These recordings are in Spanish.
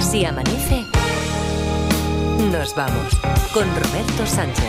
Si amanece, nos vamos con Roberto Sánchez.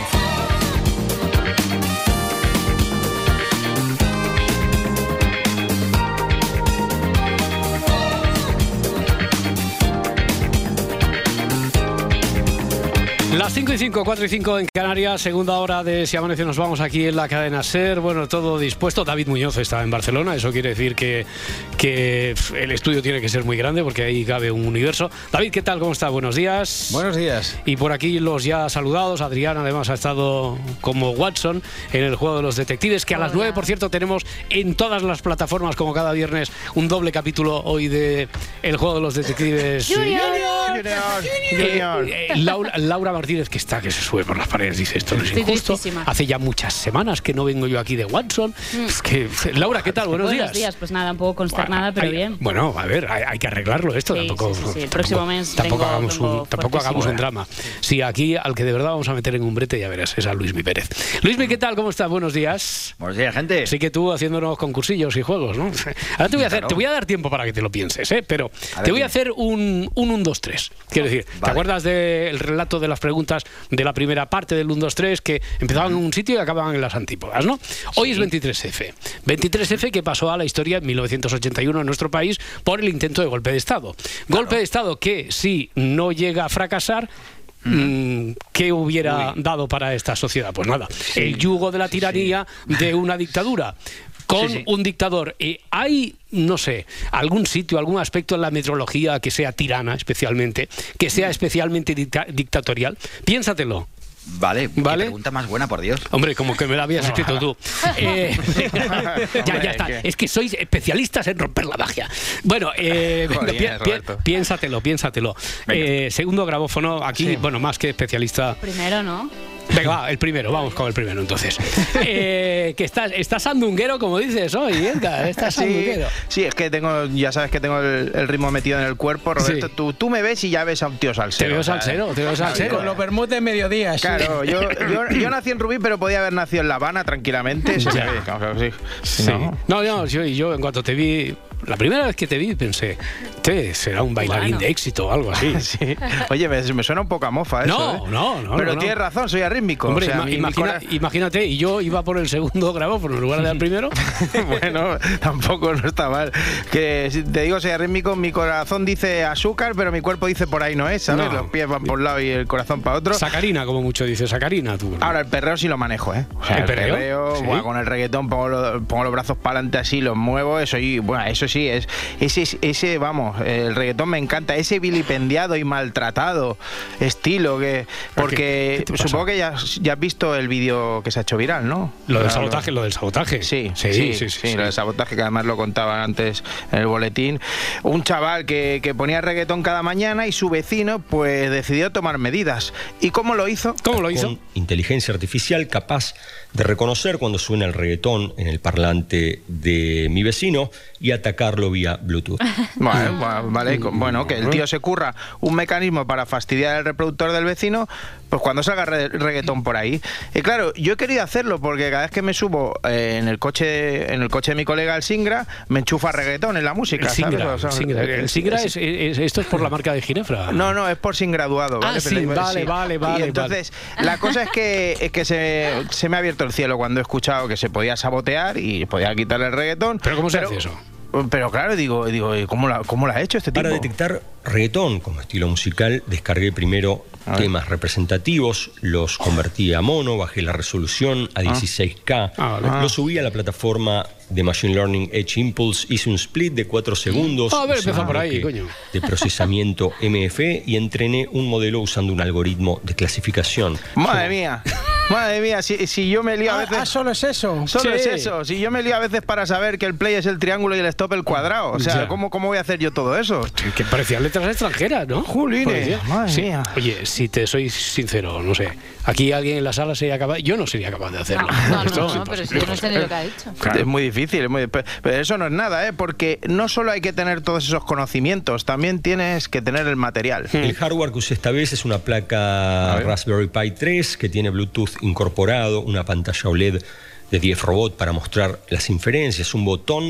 Las 5 y 5, 4 y 5 en Canarias, segunda hora de Si Amanece nos vamos aquí en la cadena SER. Bueno, todo dispuesto. David Muñoz está en Barcelona, eso quiere decir que el estudio tiene que ser muy grande porque ahí cabe un universo. David, ¿qué tal? ¿Cómo está? Buenos días. Buenos días. Y por aquí los ya saludados. Adrián además ha estado como Watson en el juego de los detectives, que a las 9, por cierto, tenemos en todas las plataformas, como cada viernes, un doble capítulo hoy de el juego de los detectives. Laura Martínez, que se sube por las paredes, dice: esto no es injusto. Hace ya muchas semanas que no vengo yo aquí de Watson. Es que, Laura, ¿qué tal? Buenos días. Pues nada, un poco consternada, pero bien. Bueno, a ver, hay que arreglarlo esto. Sí, tampoco, sí. El próximo mes tampoco hagamos un drama. Sí, aquí al que de verdad vamos a meter en un brete, ya verás, es a Luismi Pérez. Luismi, ¿qué tal? ¿Cómo estás? Buenos días. Buenos días, gente. Sí, que tú haciéndonos concursillos y juegos, ¿no? Ahora te voy a dar tiempo para que te lo pienses, ¿eh? Pero te voy a hacer un 1-2-3. Quiero decir, vale. ¿Te acuerdas del relato de las preguntas de la primera parte del 1-2-3 que empezaban en un sitio y acababan en las antípodas, ¿no? Hoy es 23F. 23F que pasó a la historia en 1981 en nuestro país por el intento de golpe de Estado. Golpe de Estado que, si no llega a fracasar, ¿qué hubiera dado para esta sociedad? Pues nada, el yugo de la tiranía de una dictadura con un dictador. ¿Hay, no sé, algún sitio, algún aspecto en la metrología que sea tirana especialmente, que sea especialmente dictatorial? Piénsatelo. Vale, qué pregunta más buena, por Dios. Hombre, como que me la habías escrito tú. Ya está. Es que sois especialistas en romper la magia. Bueno, piénsatelo. Segundo grabófono, aquí, bueno, más que especialista. Primero, ¿no? Venga, va, el primero, vamos con el primero entonces. Que estás sandunguero, como dices hoy, Edgar, estás sandunguero. Sí, es que ya sabes que tengo el ritmo metido en el cuerpo, Roberto. Sí. Tú me ves y ya ves a un tío salsero. Te veo salsero. Con los vermut de mediodía. Claro, yo nací en Rubí, pero podía haber nacido en La Habana tranquilamente. Yo en cuanto te vi, la primera vez que te vi pensé, será un bailarín de éxito o algo así. Sí. Oye, me suena un poco a mofa eso. No. Pero tienes razón, soy arrítmico. Hombre, o sea, imagínate, y yo iba por el segundo grabófono en lugar del primero. Bueno, tampoco no está mal. Que te digo, soy arrítmico, mi corazón dice azúcar, pero mi cuerpo dice por ahí no es, ¿sabes? Los pies van por un lado y el corazón para otro. Sacarina, como mucho dice, sacarina tú. Ahora, el perreo sí lo manejo, ¿eh? O sea, el perreo ¿sí? Con el reggaetón pongo los brazos para adelante así, los muevo, eso sí, el reggaetón me encanta, ese vilipendiado y maltratado estilo porque supongo que ya has visto el vídeo que se ha hecho viral, ¿no? Lo del sabotaje. Sí, lo del sabotaje, que además lo contaban antes en el boletín. Un chaval que ponía reggaetón cada mañana y su vecino pues decidió tomar medidas. ¿Y cómo lo hizo? Con inteligencia artificial capaz de reconocer cuando suena el reggaetón en el parlante de mi vecino y atacarlo vía Bluetooth. Bueno, que el tío se curra un mecanismo para fastidiar el reproductor del vecino, pues cuando salga reggaetón por ahí. Y claro, yo he querido hacerlo porque cada vez que me subo en el coche de mi colega el Singra, me enchufa reggaetón en la música. El Singra esto es por la marca de Ginebra. No, es por sin graduado. ¿Vale? Y entonces, la cosa es que se me ha abierto el cielo cuando he escuchado que se podía sabotear y podía quitarle el reggaetón. ¿Pero cómo se hace eso? Pero claro, digo, ¿cómo lo ha hecho este tipo? Para detectar reggaetón como estilo musical, descargué primero temas representativos, los convertí a mono, bajé la resolución a 16K, lo subí a la plataforma de Machine Learning Edge Impulse, hice un split de 4 segundos por ahí, coño. de procesamiento MF y entrené un modelo usando un algoritmo de clasificación. Madre mía, si yo me lío a veces... ¿Solo es eso? Solo es eso. Si yo me lío a veces para saber que el play es el triángulo y el stop el cuadrado. O sea, ¿cómo voy a hacer yo todo eso? Que parecían letras extranjeras, ¿no? Jolines, madre mía. Oye, si te soy sincero, no sé, aquí alguien en la sala sería capaz... Yo no sería capaz de hacerlo. No, pero si yo no sé ni lo que ha dicho. Claro. Es muy difícil, pero eso no es nada, ¿eh? Porque no solo hay que tener todos esos conocimientos, también tienes que tener el material. El hardware que usé esta vez es una placa Raspberry Pi 3 que tiene Bluetooth incorporado, una pantalla OLED de 10 robot para mostrar las inferencias, un botón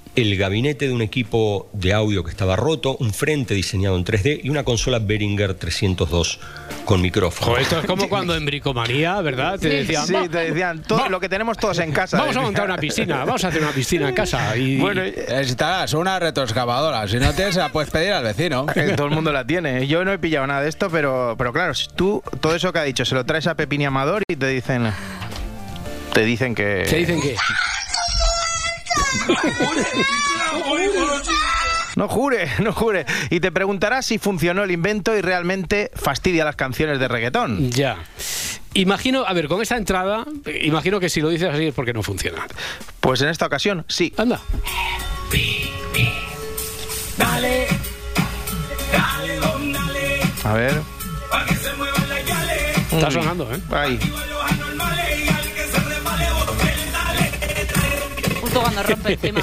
el gabinete de un equipo de audio que estaba roto, un frente diseñado en 3D y una consola Behringer 302 con micrófono. Esto es como cuando en Bricomanía, ¿verdad? Te decían, te decían todo lo que tenemos todos en casa. Vamos a montar una piscina, vamos a hacer una piscina en casa. Y... Bueno, necesitarás una retroexcavadora. Si no tienes, la puedes pedir al vecino. Todo el mundo la tiene. Yo no he pillado nada de esto, pero claro, si tú todo eso que ha dicho se lo traes a Pepín y Amador y te dicen que... ¿Te dicen qué? No jure. Y te preguntarás si funcionó el invento y realmente fastidia las canciones de reggaetón. Ya. Imagino, a ver, con esta entrada, imagino que si lo dices así es porque no funciona. Pues en esta ocasión, sí. Anda. Dale, a ver. Está sonando, ¿eh? Ahí. Justo cuando rompe el tema.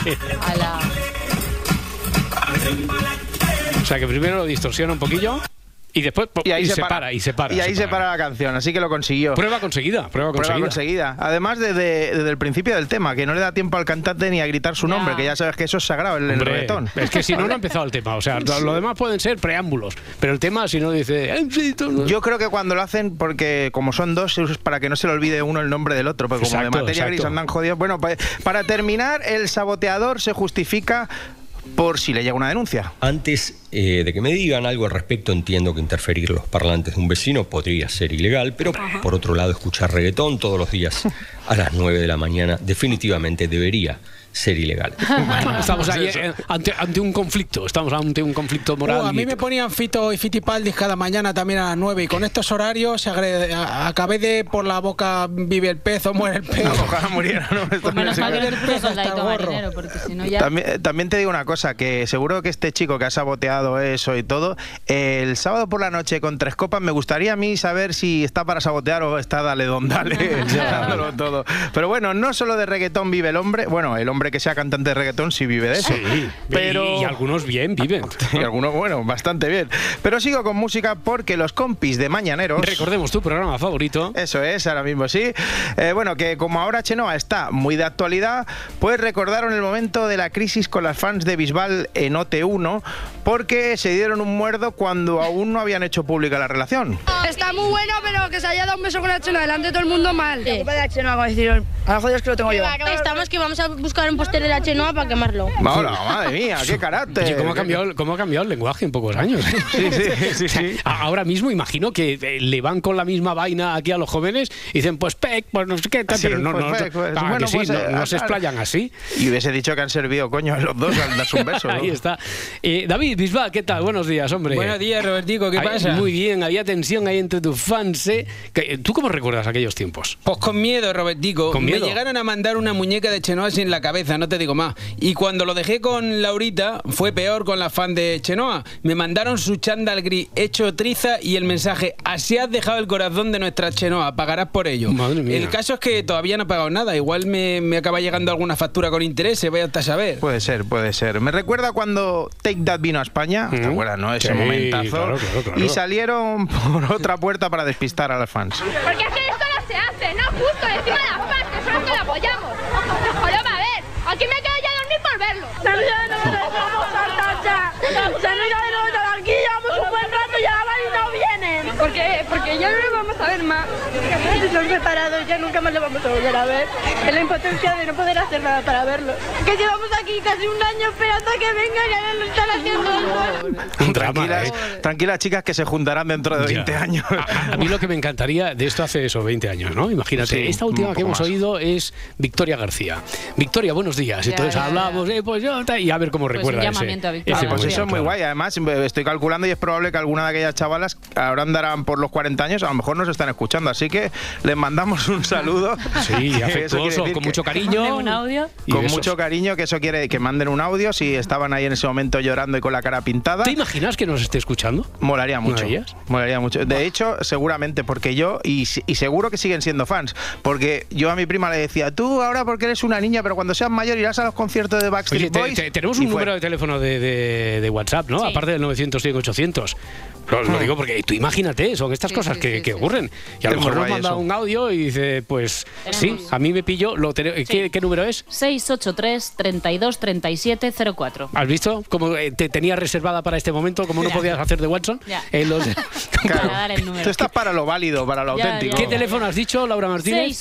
O sea que primero lo distorsiona un poquillo y después se para. Y ahí se para la canción, así que lo consiguió. Prueba conseguida. Además, desde el principio del tema, que no le da tiempo al cantante ni a gritar su nombre, que ya sabes que eso es sagrado en el reggaetón. Es que si no ha empezado el tema. O sea, lo demás pueden ser preámbulos, pero el tema, si no dice... Yo creo que cuando lo hacen, porque como son dos, es para que no se le olvide uno el nombre del otro, porque como de materia gris andan jodidos. Bueno, para terminar, el saboteador se justifica por si le llega una denuncia. Antes de que me digan algo al respecto, entiendo que interferir los parlantes de un vecino podría ser ilegal, pero por otro lado, escuchar reggaetón todos los días a las 9 de la mañana definitivamente debería ser ilegal. Bueno, estamos ahí ante un conflicto. Estamos ante un conflicto moral. A mí me ponían Fito y Fitipaldis cada mañana también a las 9 y con estos horarios acabé de por la boca vive el pez o muere el pez. Ojalá muriera, ¿no? Pues menos mal que no te puso soldadito marinero, porque si no ya... También te digo una cosa, que seguro que este chico que ha saboteado eso y todo, el sábado por la noche con 3 copas, me gustaría a mí saber si está para sabotear o está dale don dale, dándolo todo. Pero bueno, no solo de reggaetón vive el hombre, bueno, el hombre que sea cantante de reggaetón sí vive de eso. Sí, pero... y algunos bien viven. Y algunos, bueno, bastante bien. Pero sigo con música porque los compis de Mañaneros... Recordemos tu programa favorito. Eso es, ahora mismo sí. Bueno, que como ahora Chenoa está muy de actualidad, pues recordaron el momento de la crisis con las fans de Bisbal en OT1, porque se dieron un muerdo cuando aún no habían hecho pública la relación. Está muy bueno, pero que se haya dado un beso con la Chenoa delante de todo el mundo mal. La culpa de la Chenoa, como decir, a lo jodido es que lo tengo yo. Estamos que vamos a buscar un póster de la Chenoa para quemarlo. Hola, madre mía, qué carácter. Oye, ¿cómo ha cambiado el lenguaje en pocos años? Sí. Ahora mismo imagino que le van con la misma vaina aquí a los jóvenes y dicen, pues pec, pues no sé qué, tal, pero no se explayan así. Y hubiese dicho que han servido, coño, a los dos al darse un beso, ¿no? Ahí está. David Bisbal, ¿qué tal? Buenos días, hombre. Buenos días, Robertico, ¿qué pasa? Muy bien, había tensión ahí entre tus fans, ¿eh? ¿Tú cómo recuerdas aquellos tiempos? Pues con miedo, Robertico. ¿Con miedo? Me llegaron a mandar una muñeca de Chenoa sin la cabeza, no te digo más. Y cuando lo dejé con Laurita, fue peor con la fan de Chenoa. Me mandaron su chándal gris hecho triza y el mensaje, así has dejado el corazón de nuestra Chenoa, pagarás por ello. Madre mía. El caso es que todavía no he pagado nada, igual me acaba llegando alguna factura con intereses, vaya hasta saber. Puede ser. Me recuerda cuando Take That vino a España, ¿te acuerdas, no? Ese momentazo. Claro. Y salieron por otra puerta para despistar a las fans. Porque es que esto no se hace, no justo encima de las fans, que son los que la apoyamos. Joder, a ver, aquí me quedo ya a dormir por verlo. Aquí llevamos un buen rato y ahora no vienen. Porque ya no lo vamos a ver más. Los separados ya nunca más lo vamos a volver a ver. Es la impotencia de no poder hacer nada para verlo. Que llevamos aquí casi un año esperando a que venga y ahora lo están haciendo. Un drama, Tranquilas, chicas, que se juntarán dentro de 20 años. A mí lo que me encantaría de esto hace eso, 20 años, ¿no? Imagínate, sí, esta última que hemos oído es Victoria García. Victoria, buenos días. Entonces hablamos, pues yo, y a ver cómo recuerda ese. Pues eso es muy guay. Además, estoy calculando y es probable que alguna de aquellas chavalas ahora andarán por los 40 años, a lo mejor nos están escuchando. Así que les mandamos un saludo. Sí, afectuoso, con mucho cariño. Un audio. Con mucho cariño, que eso quiere que manden un audio si estaban ahí en ese momento llorando y con la cara pintada. ¿Te imaginas que nos esté escuchando? Molaría mucho. Molaría mucho. De hecho, seguramente, porque yo, y seguro que siguen siendo fans, porque yo a mi prima le decía, tú ahora porque eres una niña, pero cuando seas mayor irás a los conciertos de Backstreet Boys. Tenemos un número de teléfono de WhatsApp, ¿no? Sí. Aparte del 900-100-800. Lo digo porque tú imagínate, son estas cosas que ocurren. Y a lo mejor nos manda un audio y dice, pues sí, a mí me pilló. ¿Qué número es? 683-323704. ¿Has visto cómo te tenía reservada para este momento, como no podías hacer de Watson? Claro. Tú estás para lo válido, para lo auténtico. ¿Qué teléfono has dicho, Laura Martínez?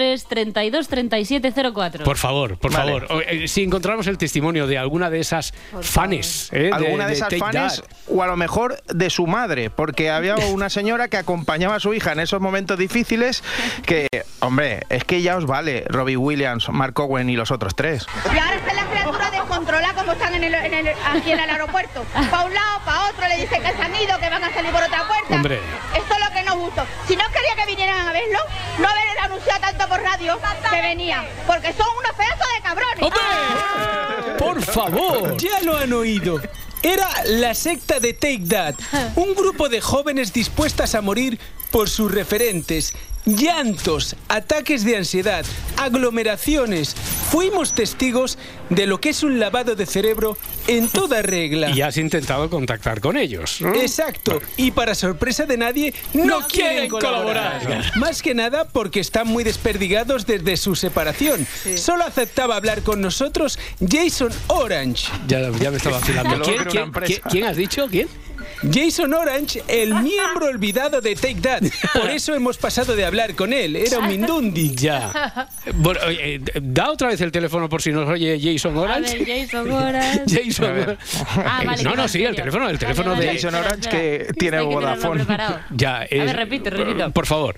683-323704. Por favor. Si encontramos el testimonio de alguna de esas fanes, alguna de esas fanes, o a lo mejor de su madre, porque había una señora que acompañaba a su hija en esos momentos difíciles que, hombre, es que ya os vale Robbie Williams, Mark Owen y los otros tres. Y ahora está la criatura descontrolada como están aquí en el aeropuerto. Para un lado, para otro, le dicen que se han ido, que van a salir por otra puerta. Hombre. Esto es lo que nos gustó. Si no quería que vinieran a verlo, no haber anunciado tanto por radio que venía, porque son unos pedazos de cabrones. ¡Hombre! ¡Por favor! Ya lo han oído. Era la secta de Take That, un grupo de jóvenes dispuestas a morir por sus referentes. Llantos, ataques de ansiedad, aglomeraciones. Fuimos testigos de lo que es un lavado de cerebro en toda regla. Y has intentado contactar con ellos, ¿no? Exacto. Y para sorpresa de nadie, no quieren colaborar. Más que nada porque están muy desperdigados desde su separación. Sí. Solo aceptaba hablar con nosotros Jason Orange. Ya me estaba vacilando. ¿Quién has dicho? ¿Quién? Jason Orange, el miembro olvidado de Take That. Por eso hemos pasado de hablar con él. Era un mindundi. Ya. Bueno, da otra vez el teléfono por si nos oye Jason Orange. A ver, Jason Orange. Vale, no, sí, el teléfono de Jason Orange que tiene Vodafone. Ya, a ver, repito. Por favor.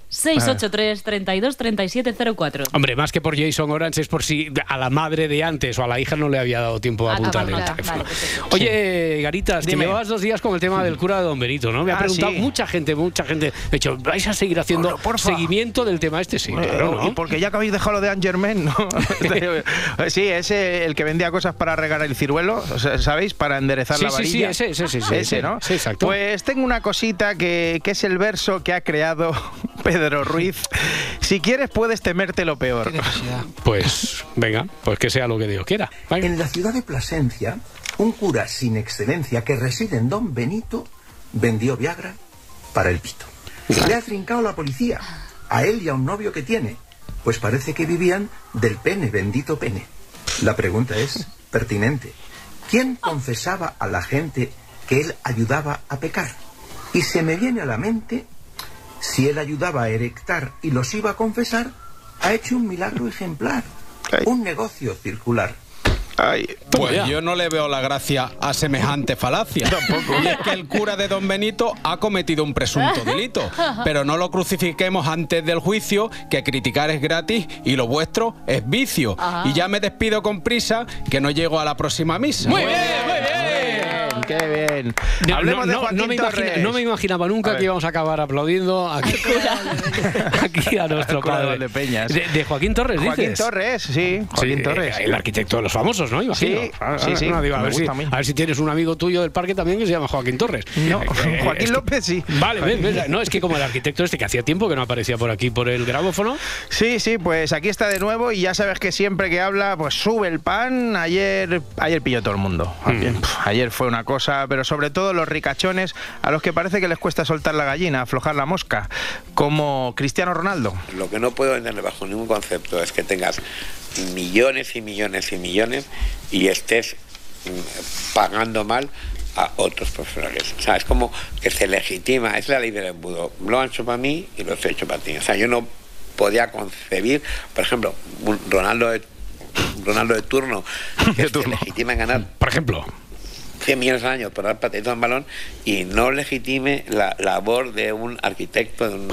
683-323704. Hombre, más que por Jason Orange es por si a la madre de antes o a la hija no le había dado tiempo a apuntarle el teléfono. Oye, Garitas, que llevabas 2 días con el tema del cura de Don Benito, ¿no? Me ha preguntado mucha gente. De hecho, ¿vais a seguir haciendo seguimiento del tema este? Sí, claro, ¿no? Porque ya que habéis dejado lo de Angermen, ¿no? Sí, es el que vendía cosas para regar el ciruelo, ¿sabéis? Para enderezar la varilla. Sí, ese, ¿no? Sí, exacto. Pues tengo una cosita que es el verso que ha creado Pedro Ruiz. Si quieres, puedes temerte lo peor. Pues, venga, pues que sea lo que Dios quiera. Venga. En la ciudad de Plasencia, un cura sin excelencia que reside en Don Benito vendió Viagra para el pito. Le ha trincado la policía, a él y a un novio que tiene, pues parece que vivían del pene, bendito pene. La pregunta es pertinente. ¿Quién confesaba a la gente que él ayudaba a pecar? Y se me viene a la mente, si él ayudaba a erectar y los iba a confesar, ha hecho un milagro ejemplar, un negocio circular. Pues yo no le veo la gracia a semejante falacia. Tampoco. Y es que el cura de Don Benito ha cometido un presunto delito. Pero no lo crucifiquemos antes del juicio, que criticar es gratis y lo vuestro es vicio. Y ya me despido con prisa, que no llego a la próxima misa. Muy bien. Qué bien. Hablemos de Joaquín Torres. No me imaginaba nunca que íbamos a acabar aplaudiendo aquí a nuestro padre. De Peñas. De Joaquín Torres, dices. Joaquín Torres, sí. Joaquín Torres. El arquitecto de los famosos, ¿no? Imagino. Sí. No, digo, a ver si tienes un amigo tuyo del parque también que se llama Joaquín Torres. No, Joaquín López sí. Vale, ves. No, es que como el arquitecto que hacía tiempo que no aparecía por aquí por el grabófono. Sí, pues aquí está de nuevo y ya sabes que siempre que habla, pues sube el pan. Ayer pilló todo el mundo. Ayer fue una cosa, pero sobre todo los ricachones a los que parece que les cuesta soltar la gallina, aflojar la mosca, como Cristiano Ronaldo. Lo que no puedo entender bajo ningún concepto es que tengas millones y millones y millones y estés pagando mal a otros profesionales. O sea, es como que se legitima, es la ley del embudo. Lo han hecho para mí y lo he hecho para ti. O sea, yo no podía concebir, por ejemplo, un Ronaldo de turno que se legitima en ganar, por ejemplo, 100 millones al año por dar pataditas en balón y no legitime la labor de un arquitecto, de un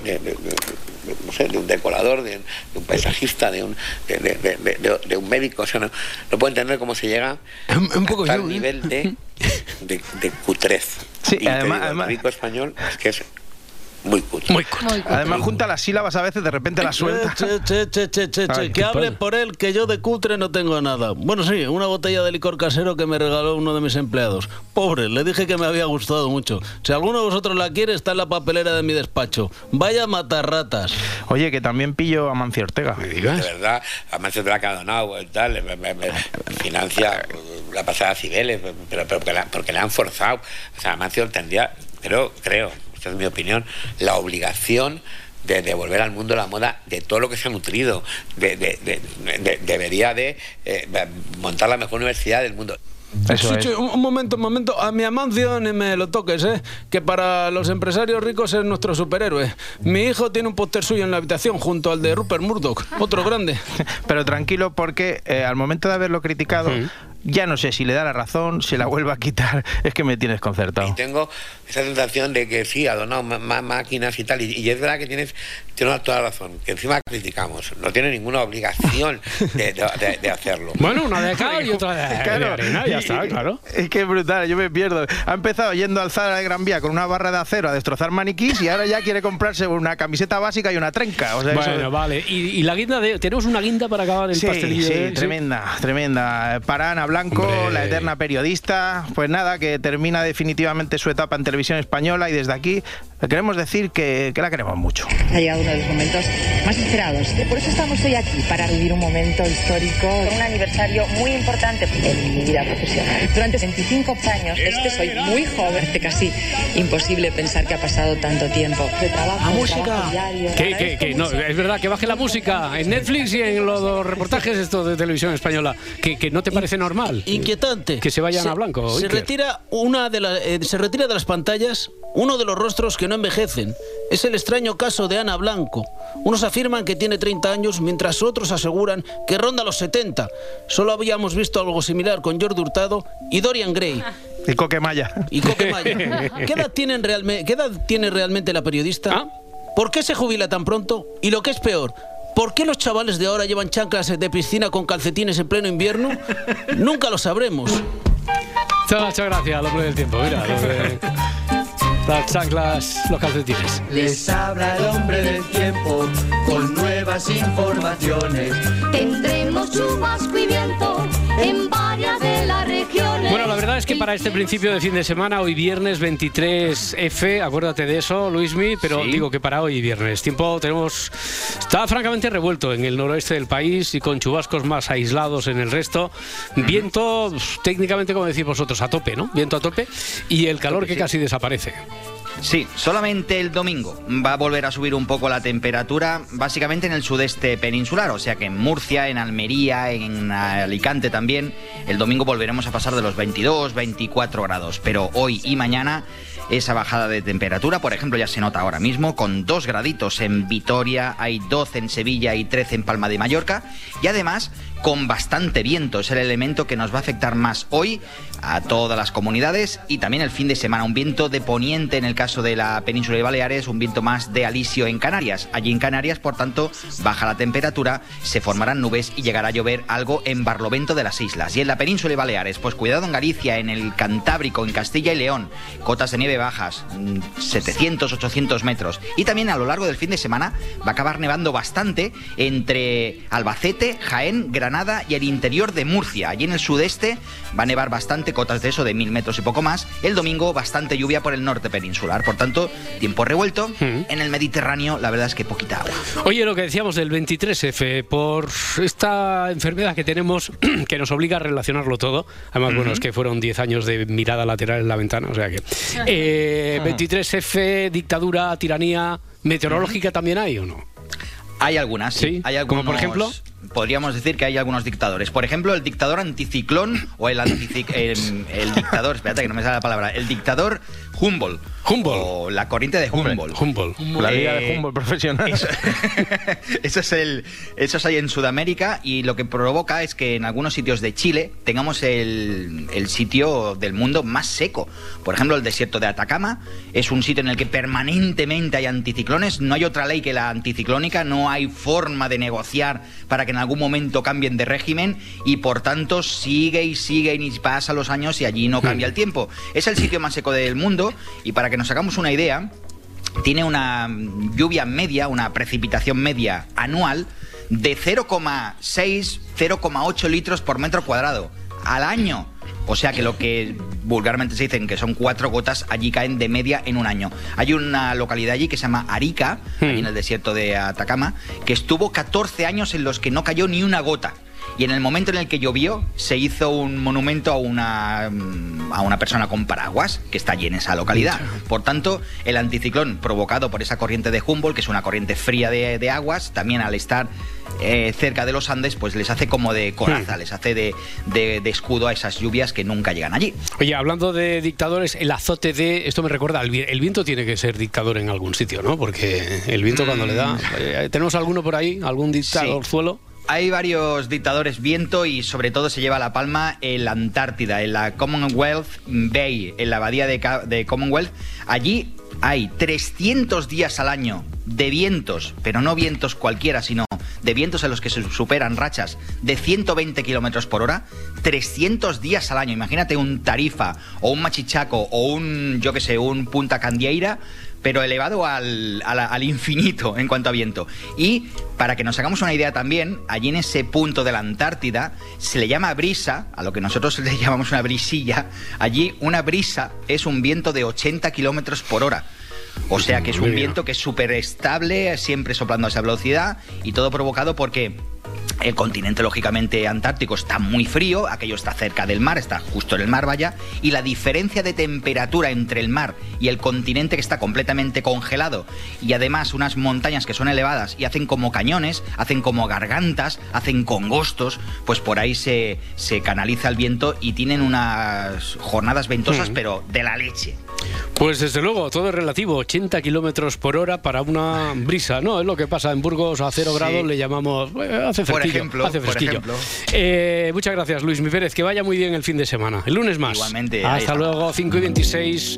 decorador, de un paisajista, de un médico. O sea, no puedo entender cómo se llega a tal nivel de cutrez. Sí, y además el médico español es que es muy cutre. Además junta las sílabas a veces, de repente las suelta. Que hable por él, que yo de cutre no tengo nada. Bueno, sí, una botella de licor casero que me regaló uno de mis empleados. Pobre, le dije que me había gustado mucho. Si alguno de vosotros la quiere, está en la papelera de mi despacho. Vaya a matar ratas. Oye, que también pillo a Mancio Ortega. ¿Me digas? De verdad, a Mancio Ortega que ha donado y tal, me financia la pasada Cibeles, pero porque le han forzado. O sea, Mancio tendría pero creo, esta es mi opinión, la obligación de devolver al mundo la moda de todo lo que se ha nutrido, debería de montar la mejor universidad del mundo. Un momento, a mi Amancio ni me lo toques, que para los empresarios ricos es nuestro superhéroe. Mi hijo tiene un póster suyo en la habitación junto al de Rupert Murdoch, otro grande. Pero tranquilo, porque al momento de haberlo criticado, ya no sé si le da la razón, se la vuelve a quitar. Es que me tienes concertado. Y tengo esa sensación de que sí, ha donado más máquinas y tal, y es verdad que tienes toda la razón, que encima criticamos, no tiene ninguna obligación de hacerlo. Bueno, una de cal y otra de arena, ya está, claro. Es que es brutal, yo me pierdo. Ha empezado yendo al Zara de Gran Vía con una barra de acero a destrozar maniquís y ahora ya quiere comprarse una camiseta básica y una trenca. O sea, bueno, eso... vale. Y la guinda tenemos una guinda para acabar el pastelillo. Sí, tremenda. Para Ana Blanco, la eterna periodista, pues nada, que termina definitivamente su etapa en televisión española y desde aquí le queremos decir que la queremos mucho. Ha llegado uno de los momentos más esperados. Por eso estamos hoy aquí, para vivir un momento histórico, un aniversario muy importante en mi vida profesional. Durante 25 años, soy muy joven, casi imposible pensar que ha pasado tanto tiempo. De trabajo, música. Que no, es verdad, que baje la música en Netflix y en los reportajes estos de televisión española, que no te parece normal. Inquietante. Que se vayan a blanco. Se retira de las pantallas uno de los rostros que no envejecen. Es el extraño caso de Ana Blanco. Unos afirman que tiene 30 años, mientras otros aseguran que ronda los 70. Solo habíamos visto algo similar con Jordi Hurtado y Dorian Gray. Y Coquemaya. ¿Qué edad tiene realmente la periodista? ¿Por qué se jubila tan pronto? Y lo que es peor, ¿por qué los chavales de ahora llevan chanclas de piscina con calcetines en pleno invierno? Nunca lo sabremos. Muchas gracias al hombre del tiempo. Mira, las chanclas, los calcetines. Les habla el hombre del tiempo con nuevas informaciones. Tendremos chubasco y viento en varias de las regiones. Bueno, la verdad es que para este principio de fin de semana, hoy viernes 23F, acuérdate de eso, Luismi, pero sí, digo que para hoy viernes. Tiempo está francamente revuelto en el noroeste del país y con chubascos más aislados en el resto. Viento, técnicamente, como decís vosotros, a tope, ¿no? Viento a tope y el calor que casi desaparece. Sí, solamente el domingo va a volver a subir un poco la temperatura, básicamente en el sudeste peninsular, o sea que en Murcia, en Almería, en Alicante también, el domingo volveremos a pasar de los 22, 24 grados, pero hoy y mañana esa bajada de temperatura, por ejemplo, ya se nota ahora mismo, con 2 graditos en Vitoria, hay 12 en Sevilla y 13 en Palma de Mallorca, y además con bastante viento. Es el elemento que nos va a afectar más hoy a todas las comunidades y también el fin de semana. Un viento de poniente en el caso de la península de Baleares, un viento más de alisio en Canarias. Allí en Canarias, por tanto, baja la temperatura, se formarán nubes y llegará a llover algo en Barlovento de las Islas. Y en la península de Baleares, pues cuidado en Galicia, en el Cantábrico, en Castilla y León, cotas de nieve bajas, 700, 800 metros. Y también a lo largo del fin de semana va a acabar nevando bastante entre Albacete, Jaén, Granada y el interior de Murcia. Allí en el sudeste va a nevar bastante, cotas de eso de 1000 metros y poco más. El domingo bastante lluvia por el norte peninsular. Por tanto, tiempo revuelto. En el Mediterráneo la verdad es que poquita agua. Oye, lo que decíamos del 23F, por esta enfermedad que tenemos que nos obliga a relacionarlo todo. Además, bueno, es que fueron 10 años de mirada lateral en la ventana, o sea que 23F, dictadura, tiranía meteorológica, ¿también hay o no? Hay algunas, sí. Hay algunos, como por ejemplo, podríamos decir que hay algunos dictadores. Por ejemplo, el dictador anticiclón o el dictador, espérate que no me sale la palabra, el dictador Humboldt. O la corriente de Humboldt. La liga de Humboldt profesional. Eso hay en Sudamérica y lo que provoca es que en algunos sitios de Chile tengamos el sitio del mundo más seco. Por ejemplo, el desierto de Atacama es un sitio en el que permanentemente hay anticiclones. No hay otra ley que la anticiclónica, no hay forma de negociar para que en algún momento cambien de régimen y por tanto sigue y pasan los años y allí no cambia el tiempo. Es el sitio más seco del mundo y para que nos hagamos una idea, tiene una lluvia media, una precipitación media anual de 0,6, 0,8 litros por metro cuadrado al año. O sea que lo que vulgarmente se dicen que son 4 gotas, allí caen de media en un año. Hay una localidad allí que se llama Arica, allí en el desierto de Atacama, que estuvo 14 años en los que no cayó ni una gota. Y en el momento en el que llovió, se hizo un monumento a una persona con paraguas que está allí en esa localidad. Por tanto, el anticiclón provocado por esa corriente de Humboldt, que es una corriente fría de aguas, también al estar cerca de los Andes, pues les hace como de coraza, les hace de escudo a esas lluvias que nunca llegan allí. Oye, hablando de dictadores, el azote de... Esto me recuerda, el viento tiene que ser dictador en algún sitio, ¿no? Porque el viento cuando le da... ¿Tenemos alguno por ahí? ¿Algún dictadorzuelo? Sí. Hay varios dictadores viento y sobre todo se lleva la palma en la Antártida, en la Commonwealth Bay, en la bahía de Commonwealth. Allí hay 300 días al año de vientos, pero no vientos cualquiera, sino de vientos en los que se superan rachas de 120 kilómetros por hora, 300 días al año. Imagínate un Tarifa o un Machichaco o un, yo que sé, un Punta Candieira, pero elevado al infinito en cuanto a viento. Y para que nos hagamos una idea también, allí en ese punto de la Antártida se le llama brisa, a lo que nosotros le llamamos una brisilla. Allí una brisa es un viento de 80 kilómetros por hora. O sea que es un viento que es súper estable, siempre soplando a esa velocidad, y todo provocado porque el continente, lógicamente, antártico está muy frío, aquello está cerca del mar, está justo en el mar, vaya, y la diferencia de temperatura entre el mar y el continente, que está completamente congelado, y además unas montañas que son elevadas y hacen como cañones, hacen como gargantas, hacen congostos, pues por ahí se canaliza el viento y tienen unas jornadas ventosas, pero de la leche. Pues desde luego, todo es relativo, 80 kilómetros por hora para una brisa, ¿no? Es lo que pasa en Burgos a 0 grados, le llamamos... hace fresquillo, hace fresquillo. Muchas gracias, Luis Mi Pérez, que vaya muy bien el fin de semana. El lunes más. Igualmente. Hasta luego, 5:26,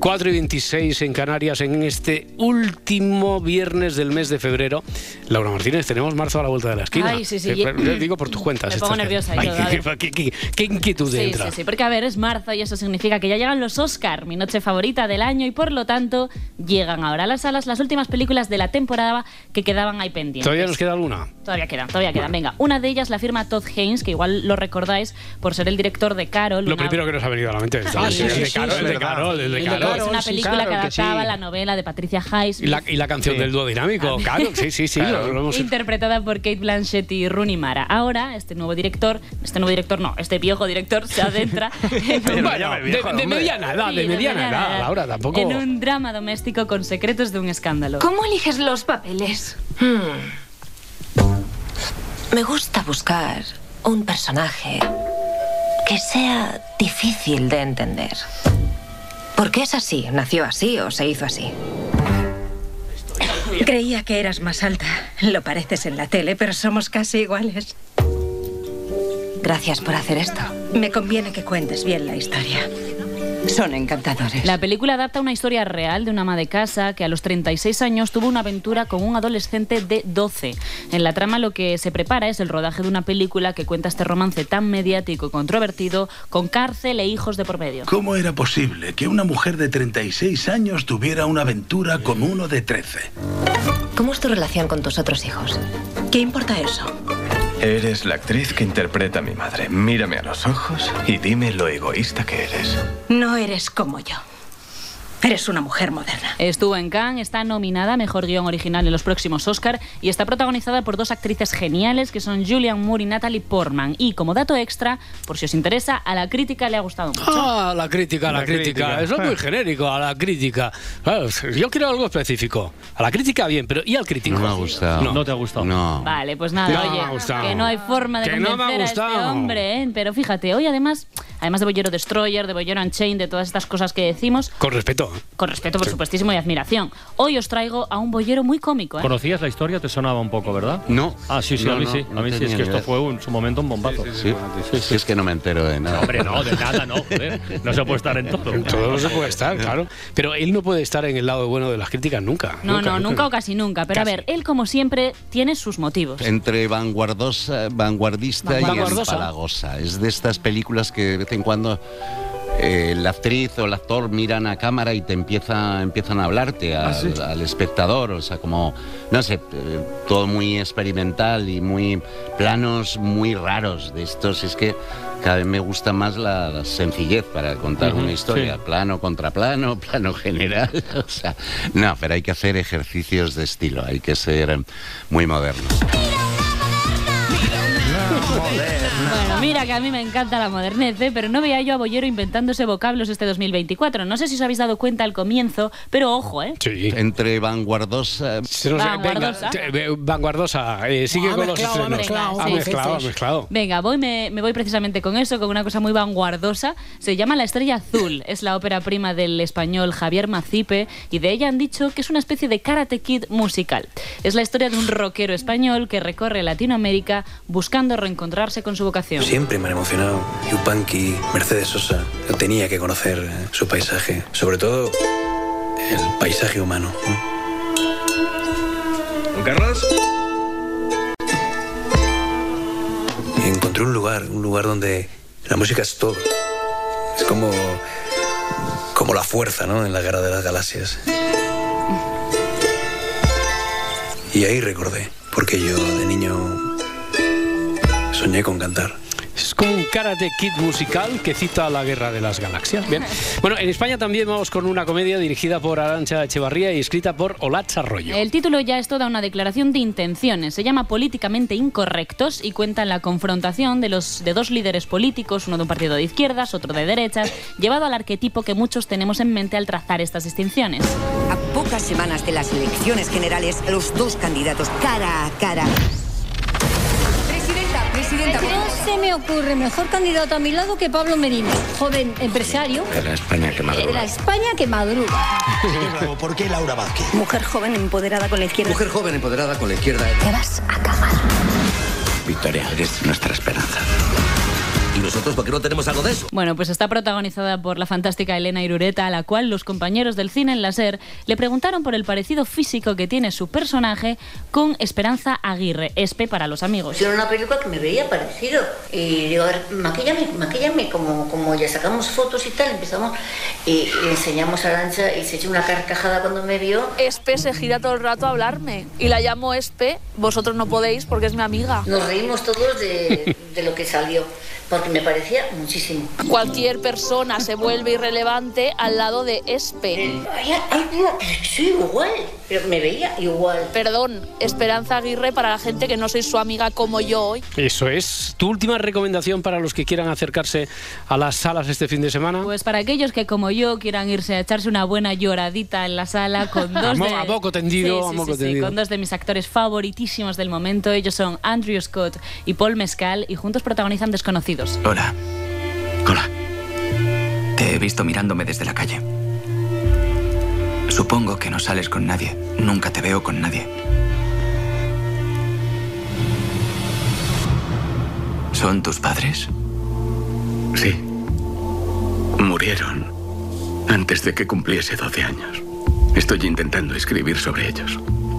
4:26 en Canarias, en este último viernes del mes de febrero. Laura Martínez, tenemos marzo a la vuelta de la esquina. Ay, sí, sí. Digo por tus cuentas. Me pongo nerviosa. ¿Qué inquietud entra? Sí, porque a ver, es marzo y eso significa que ya llegan los Oscar, mi noche favorita del año, y por lo tanto llegan ahora a las salas las últimas películas de la temporada que quedaban ahí pendientes. ¿Todavía nos queda alguna? Todavía quedan. Venga, una de ellas la firma Todd Haynes, que igual lo recordáis por ser el director de Carol. Lo primero que nos ha venido a la mente es el de Carol. Es una película que adaptaba la novela de Patricia Highsmith. Y la canción del dúo dinámico, claro, sí. Claro. Lo hemos... Interpretada por Kate Blanchett y Rooney Mara. Ahora, este viejo director se adentra de mediana edad, Laura, tampoco... En un drama doméstico con secretos de un escándalo. ¿Cómo eliges los papeles? Me gusta buscar un personaje que sea difícil de entender. ¿Por qué es así? ¿Nació así o se hizo así? Creía que eras más alta. Lo pareces en la tele, pero somos casi iguales. Gracias por hacer esto. Me conviene que cuentes bien la historia. Son encantadores. La película adapta una historia real de una ama de casa que a los 36 años tuvo una aventura con un adolescente de 12. En la trama lo que se prepara es el rodaje de una película que cuenta este romance tan mediático y controvertido, con cárcel e hijos de por medio. ¿Cómo era posible que una mujer de 36 años tuviera una aventura con uno de 13? ¿Cómo es tu relación con tus otros hijos? ¿Qué importa eso? Eres la actriz que interpreta a mi madre. Mírame a los ojos y dime lo egoísta que eres. No eres como yo. Eres una mujer moderna. Estuvo en Cannes, está nominada a Mejor Guión Original en los próximos Oscar y está protagonizada por dos actrices geniales que son Julianne Moore y Natalie Portman. Y como dato extra, por si os interesa, a la crítica le ha gustado mucho. La crítica. Eso es muy genérico, a la crítica. Claro, yo quiero algo específico. A la crítica bien, pero ¿y al crítico? No me ha gustado. No te ha gustado. No. Vale, pues nada, que no hay forma de convencer a este hombre, ¿eh? Pero fíjate, hoy además de Bollero Destroyer, de Bollero Unchained, de todas estas cosas que decimos... Con respeto, por supuestísimo, y admiración. Hoy os traigo a un bollero muy cómico, ¿eh? ¿Conocías la historia? ¿Te sonaba un poco, verdad? No. Sí, a mí sí. A mí sí, es que esto fue en su momento un bombazo. Sí. Es que no me entero de nada. No, hombre, no, de nada, no, joder. No se puede estar en todo. En todo no se puede estar, claro. Pero él no puede estar en el lado bueno de las críticas nunca. Nunca o casi nunca. Pero a ver, él como siempre tiene sus motivos. Entre vanguardista y empalagosa. Es de estas películas que de vez en cuando... la actriz o el actor miran a cámara y te empiezan a hablarte al espectador, o sea, como, no sé, todo muy experimental y muy planos muy raros de estos. Es que cada vez me gusta más la sencillez para contar una historia, plano contra plano, plano general, o sea, no, pero hay que hacer ejercicios de estilo, hay que ser muy modernos. Bueno, mira que a mí me encanta la modernez, pero no veía yo a Bollero inventándose vocablos este 2024. No sé si os habéis dado cuenta al comienzo, pero ojo, ¿eh? Sí. Entre vanguardosa... Vanguardosa. Sigue con los estrenos. Ha mezclado. Venga, me voy precisamente con eso, con una cosa muy vanguardosa. Se llama La Estrella Azul. Es la ópera prima del español Javier Macipe y de ella han dicho que es una especie de Karate Kid musical. Es la historia de un rockero español que recorre Latinoamérica buscando reencontrarse con su vocación. Siempre me han emocionado Yupanqui, Mercedes Sosa. Yo tenía que conocer su paisaje, sobre todo el paisaje humano. ¿Don Carlos? Y encontré un lugar donde la música es todo. Es como la fuerza, ¿no? En la Guerra de las Galaxias. Y ahí recordé, porque yo de niño soñé con cantar. Es como un Karate Kid musical que cita la Guerra de las Galaxias. Bien. Bueno, en España también vamos con una comedia dirigida por Arantxa Echevarría y escrita por Olatz Arroyo. El título ya es toda una declaración de intenciones. Se llama Políticamente Incorrectos y cuenta la confrontación de dos líderes políticos, uno de un partido de izquierdas, otro de derechas, llevado al arquetipo que muchos tenemos en mente al trazar estas distinciones. A pocas semanas de las elecciones generales, los dos candidatos cara a cara. Presidenta. No se me ocurre mejor candidato a mi lado que Pablo Merino, joven empresario. De la España que madruga. De la España que madruga. ¿Por qué Laura Vázquez? Mujer joven empoderada con la izquierda. Mujer joven empoderada con la izquierda. Te vas a acabar. Victoria, eres nuestra esperanza. ¿Y nosotros por qué no tenemos algo de eso? Bueno, pues está protagonizada por la fantástica Elena Irureta, a la cual los compañeros del cine en la SER le preguntaron por el parecido físico que tiene su personaje con Esperanza Aguirre, Espe para los amigos. Era una película que me veía parecido. Y digo, a ver, maquíllame, como ya sacamos fotos y tal, empezamos y le enseñamos a Arantxa y se echó una carcajada cuando me vio. Espe se gira todo el rato a hablarme y la llamo Espe, vosotros no podéis porque es mi amiga. Nos reímos todos de lo que salió. Porque me parecía muchísimo. Cualquier persona se vuelve irrelevante al lado de Espe. Soy igual, pero me veía igual. Perdón, Esperanza Aguirre para la gente que no sois su amiga como yo hoy. Eso es. ¿Tu última recomendación para los que quieran acercarse a las salas este fin de semana? Pues para aquellos que como yo quieran irse a echarse una buena lloradita en la sala con dos a moco tendido, con dos de mis actores favoritísimos del momento. Ellos son Andrew Scott y Paul Mescal y juntos protagonizan Desconocidos. Hola. Te he visto mirándome desde la calle. Supongo que no sales con nadie. Nunca te veo con nadie. ¿Son tus padres? Sí. Murieron antes de que cumpliese 12 años. Estoy intentando escribir sobre ellos.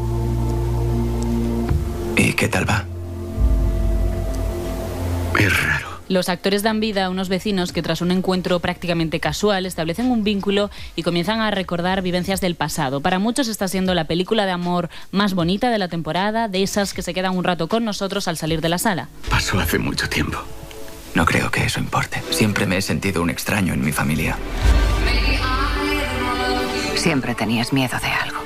¿Y qué tal va? Es raro. Los actores dan vida a unos vecinos que tras un encuentro prácticamente casual establecen un vínculo y comienzan a recordar vivencias del pasado. Para muchos está siendo la película de amor más bonita de la temporada, de esas que se quedan un rato con nosotros al salir de la sala. Pasó hace mucho tiempo. No creo que eso importe. Siempre me he sentido un extraño en mi familia. Siempre tenías miedo de algo.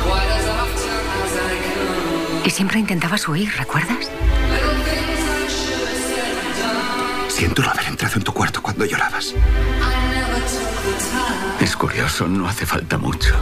Y siempre intentabas huir, ¿recuerdas? Siento no haber entrado en tu cuarto cuando llorabas. Es curioso, no hace falta mucho.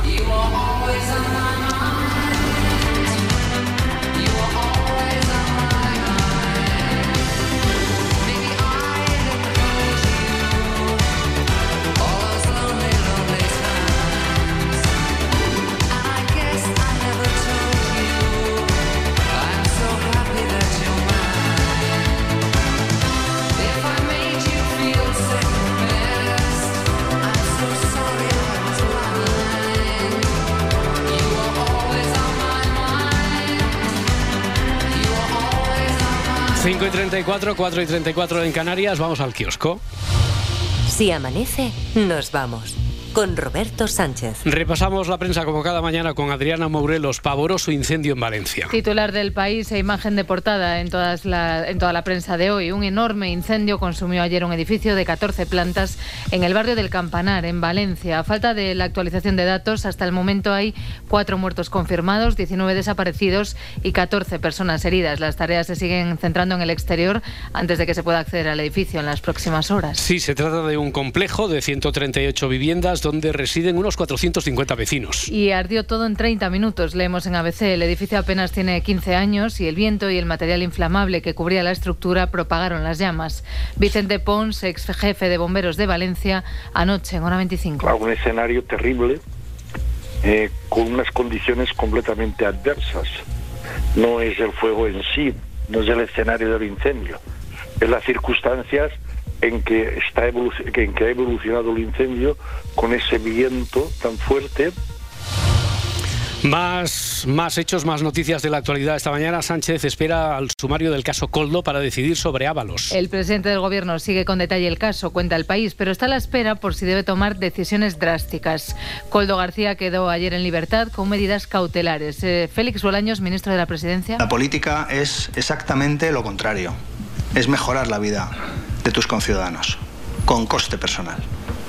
5:34, 4:34 en Canarias, vamos al kiosco. Si amanece, nos vamos. con Roberto Sánchez. Repasamos la prensa como cada mañana con Adriana Mourelos. Pavoroso incendio en Valencia. Titular del País e imagen de portada en toda la prensa de hoy. Un enorme incendio consumió ayer un edificio de 14 plantas en el barrio del Campanar, en Valencia. A falta de la actualización de datos, hasta el momento hay 4 muertos confirmados, 19 desaparecidos y 14 personas heridas. Las tareas se siguen centrando en el exterior antes de que se pueda acceder al edificio en las próximas horas. Sí, se trata de un complejo de 138 viviendas donde residen unos 450 vecinos. Y ardió todo en 30 minutos, leemos en ABC. El edificio apenas tiene 15 años y el viento y el material inflamable que cubría la estructura propagaron las llamas. Vicente Pons, ex jefe de bomberos de Valencia, anoche en hora 25. Un escenario terrible, con unas condiciones completamente adversas. No es el fuego en sí, no es el escenario del incendio, es las circunstancias en que ha evolucionado el incendio con ese viento tan fuerte. Más hechos, más noticias de la actualidad. Esta mañana Sánchez espera al sumario del caso Koldo para decidir sobre Ábalos. El presidente del Gobierno sigue con detalle el caso, cuenta El País, pero está a la espera por si debe tomar decisiones drásticas. Koldo García quedó ayer en libertad con medidas cautelares. Félix Bolaños, ministro de la Presidencia. La política es exactamente lo contrario. Es mejorar la vida de tus conciudadanos, con coste personal.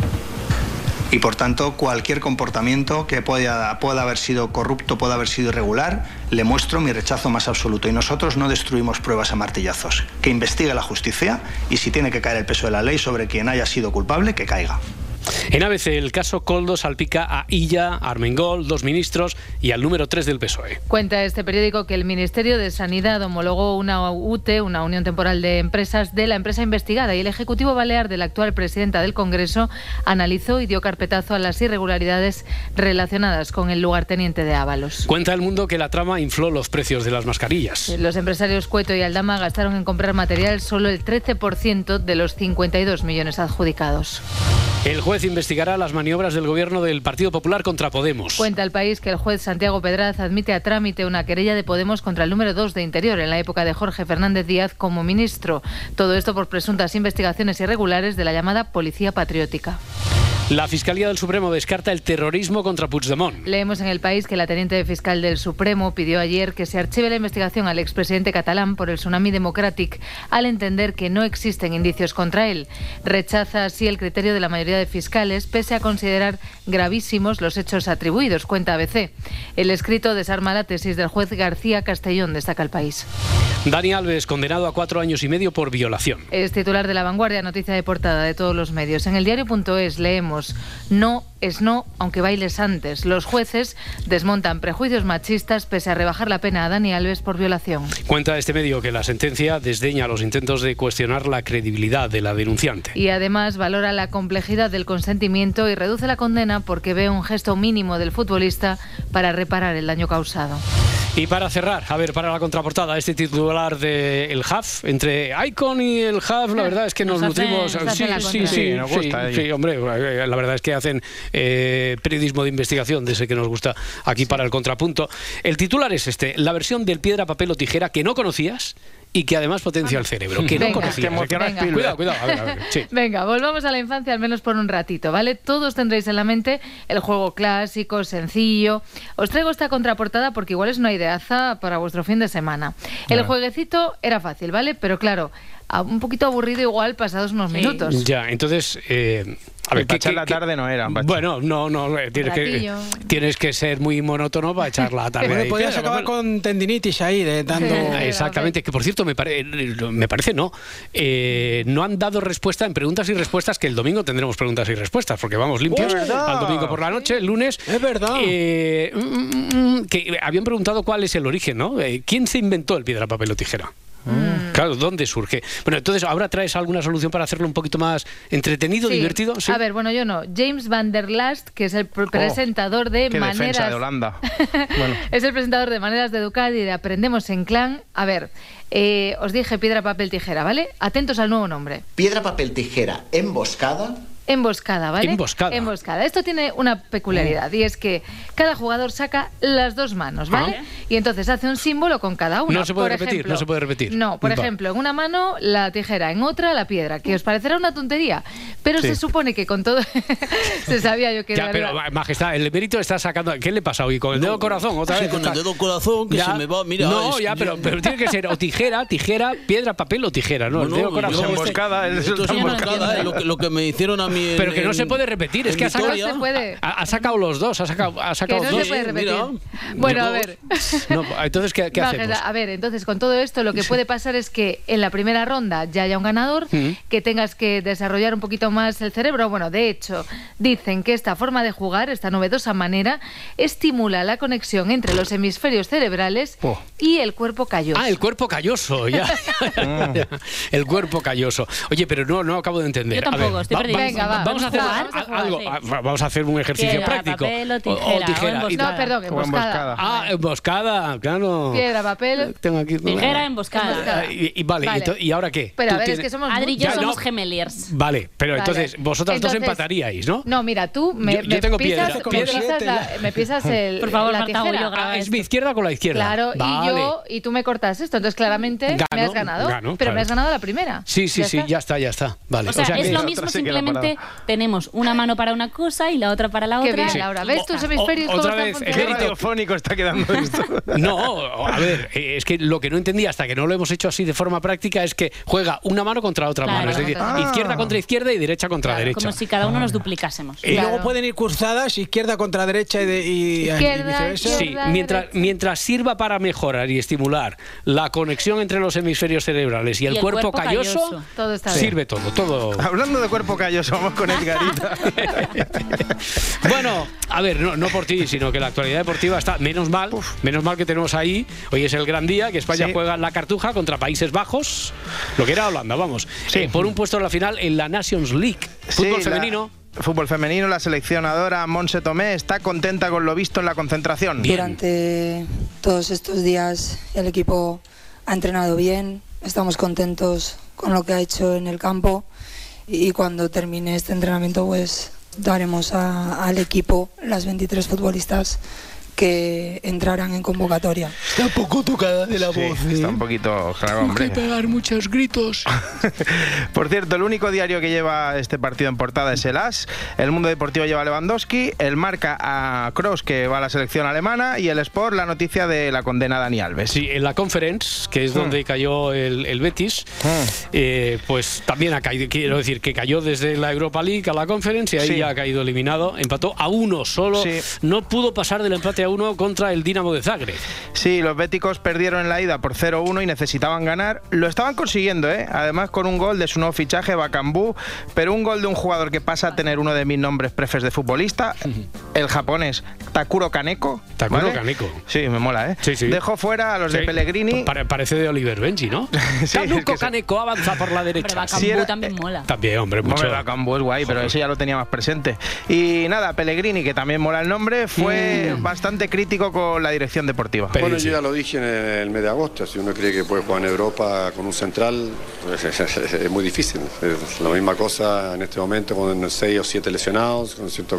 Y por tanto, cualquier comportamiento que pueda haber sido corrupto, pueda haber sido irregular, le muestro mi rechazo más absoluto. Y nosotros no destruimos pruebas a martillazos. Que investigue la justicia y si tiene que caer el peso de la ley sobre quien haya sido culpable, que caiga. En ABC, el caso Koldo salpica a Illa, a Armengol, 2 ministros y al número 3 del PSOE. Cuenta este periódico que el Ministerio de Sanidad homologó una UTE, una Unión Temporal de Empresas, de la empresa investigada, y el Ejecutivo Balear de la actual presidenta del Congreso analizó y dio carpetazo a las irregularidades relacionadas con el lugarteniente de Ábalos. Cuenta El Mundo que la trama infló los precios de las mascarillas. Los empresarios Cueto y Aldama gastaron en comprar material solo el 13% de los 52 millones adjudicados. El juez investigará las maniobras del gobierno del Partido Popular contra Podemos. Cuenta El País que el juez Santiago Pedraz admite a trámite una querella de Podemos contra el número 2 de Interior en la época de Jorge Fernández Díaz como ministro. Todo esto por presuntas investigaciones irregulares de la llamada Policía Patriótica. La Fiscalía del Supremo descarta el terrorismo contra Puigdemont. Leemos en El País que la teniente fiscal del Supremo pidió ayer que se archive la investigación al expresidente catalán por el Tsunami Democratic al entender que no existen indicios contra él. Rechaza así el criterio de la mayoría de fiscales, pese a considerar gravísimos los hechos atribuidos, cuenta ABC. El escrito desarma la tesis del juez García Castellón, destaca El País. Dani Alves, condenado a 4 años y medio por violación. Es titular de La Vanguardia, noticia de portada de todos los medios. En el diario.es leemos: no es no, aunque bailes antes. Los jueces desmontan prejuicios machistas pese a rebajar la pena a Dani Alves por violación. Cuenta este medio que la sentencia desdeña los intentos de cuestionar la credibilidad de la denunciante. Y además valora la complejidad del consentimiento y reduce la condena porque ve un gesto mínimo del futbolista para reparar el daño causado. Y para cerrar, a ver, para la contraportada, este titular de El Haf, entre Icon y El Haf, la verdad es que nos nutrimos. Sí, nos gusta. Sí, hombre, la verdad es que hacen periodismo de investigación, de ese que nos gusta aquí para el contrapunto. El titular es este: la versión del piedra, papel o tijera que no conocías y que además potencia el cerebro. Que no conocías. Cuidado. A ver, sí. Venga, volvamos a la infancia al menos por un ratito, ¿vale? Todos tendréis en la mente el juego clásico, sencillo. Os traigo esta contraportada porque igual es una ideaza para vuestro fin de semana. El jueguecito era fácil, ¿vale? Pero claro, un poquito aburrido igual pasados unos minutos. Ya, entonces... a ver, para echar la tarde no era. Bueno, no, tienes que ser muy monótono para echar la tarde. Bueno, podías acabar con tendinitis ahí, de dando... Exactamente, que por cierto, me parece no han dado respuesta en preguntas y respuestas, que el domingo tendremos preguntas y respuestas, porque vamos limpios al domingo por la noche, el lunes. Es verdad. Que habían preguntado cuál es el origen, ¿no? ¿Quién se inventó el piedra, papel o tijera? Claro, ¿dónde surge? Bueno, entonces, ¿ahora traes alguna solución para hacerlo un poquito más entretenido, divertido? ¿Sí? A ver, bueno, yo no. James Van der Last, que es el presentador de qué Maneras... defensa de Holanda. Bueno. Es el presentador de Maneras de Educar y de Aprendemos en Clan. A ver, os dije piedra, papel, tijera, ¿vale? Atentos al nuevo nombre. Piedra, papel, tijera, emboscada... emboscada, ¿vale? Emboscada. Emboscada. Esto tiene una peculiaridad y es que cada jugador saca las dos manos, ¿vale? Y entonces hace un símbolo con cada una. No se puede Por repetir, ejemplo, no se puede repetir. No, por ejemplo, en una mano la tijera, en otra la piedra, que os parecerá una tontería, pero se supone que con todo... se sabía yo que ya, era... pero, Majestad, el emérito está sacando... ¿Qué le pasa hoy? ¿Con el dedo corazón? ¿Otra vez? Con el dedo corazón, que se me va... Mira, no, ya, pero tiene que ser o tijera, piedra, papel o tijera, ¿no? El dedo corazón. Emboscada, lo que me hicieron a mí... Pero que no se puede repetir, es que ha sacado los dos, ha sacado que no dos. Se puede repetir. Bueno, a ver. No, entonces, ¿qué hacemos? A ver, entonces, con todo esto, lo que puede pasar es que en la primera ronda ya haya un ganador, que tengas que desarrollar un poquito más el cerebro. Bueno, de hecho, dicen que esta forma de jugar, esta novedosa manera, estimula la conexión entre los hemisferios cerebrales y el cuerpo calloso. Ah, el cuerpo calloso, ya. El cuerpo calloso. Oye, pero no acabo de entender. Yo tampoco, estoy perdida. Venga, vamos a hacer algo. Vamos a hacer un ejercicio piedra, práctico. Papel o tijera. No, perdón, emboscada. Ah, emboscada, claro. Piedra, papel. Tengo aquí. Tijera, emboscada. Vale. ¿Y ahora qué? Pero a ver, es que somos... Adri y yo somos gemeliers. Vale, pero entonces vosotras dos empataríais, ¿no? No, mira, tú yo tengo pisas el... Por favor, la Marta, tijera. Es mi izquierda con la izquierda. Claro, vale. y tú me cortas esto, entonces claramente me has ganado. Pero claro. me has ganado la primera. Sí, ya está. Vale. O sea es lo mismo, simplemente tenemos una mano para una cosa y la otra para la otra. Qué bien, Laura. ¿Ves tus hemisferios cómo están funcionando? Qué radiofónico está quedando esto. No, a ver, es que lo que no entendí hasta que no lo hemos hecho así de forma práctica es que juega una mano contra otra mano. Es decir, izquierda contra izquierda y derecha contra derecha. Como si cada uno nos duplicásemos. Y luego pueden ir cruzadas, izquierda contra derecha y viceversa. Sí, mientras sirva para mejorar y estimular la conexión entre los hemisferios cerebrales y el cuerpo calloso, todo está sirve todo. Hablando de cuerpo calloso, vamos con Edgarita. Bueno, a ver, no por ti, sino que la actualidad deportiva está, menos mal que tenemos ahí, hoy es el gran día, que España juega la Cartuja contra Países Bajos, lo que era Holanda, vamos, por un puesto en la final en la Nations League, fútbol femenino. Fútbol femenino, la seleccionadora Montse Tomé está contenta con lo visto en la concentración. Durante todos estos días el equipo ha entrenado bien, estamos contentos con lo que ha hecho en el campo y cuando termine este entrenamiento pues daremos al equipo las 23 futbolistas que entrarán en convocatoria. Está un poco tocada de la voz. Está un poquito claro, hombre. Hay que pegar muchos gritos. Por cierto, el único diario que lleva este partido en portada es el AS. El Mundo Deportivo lleva a Lewandowski, el Marca a Kroos, que va a la selección alemana, y el Sport la noticia de la condena a Dani Alves. Sí, en la Conference, que es donde cayó el Betis, pues también ha caído, quiero decir, que cayó desde la Europa League a la Conference y ahí ya ha caído eliminado. Empató a 1 solo. No pudo pasar del empate a 1 contra el Dinamo de Zagreb. Sí, los béticos perdieron en la ida por 0-1 y necesitaban ganar. Lo estaban consiguiendo, además con un gol de su nuevo fichaje, Bakambu, pero un gol de un jugador que pasa a tener uno de mis nombres prefes de futbolista, el japonés Takuro Kaneko. Takuro Kaneko. Sí, me mola, Sí. Dejó fuera a los de Pellegrini. Parece de Oliver Benji, ¿no? Tanuko Kaneko avanza por la derecha. Bakambu también mola. También, hombre, mucho. Bakambu es guay, pero ese ya lo tenía más presente. Y nada, Pellegrini, que también mola el nombre, fue bastante crítico con la dirección deportiva. Bueno, yo ya lo dije en el mes de agosto, si uno cree que puede jugar en Europa con un central, es muy difícil. Es la misma cosa en este momento con 6 o 7 lesionados,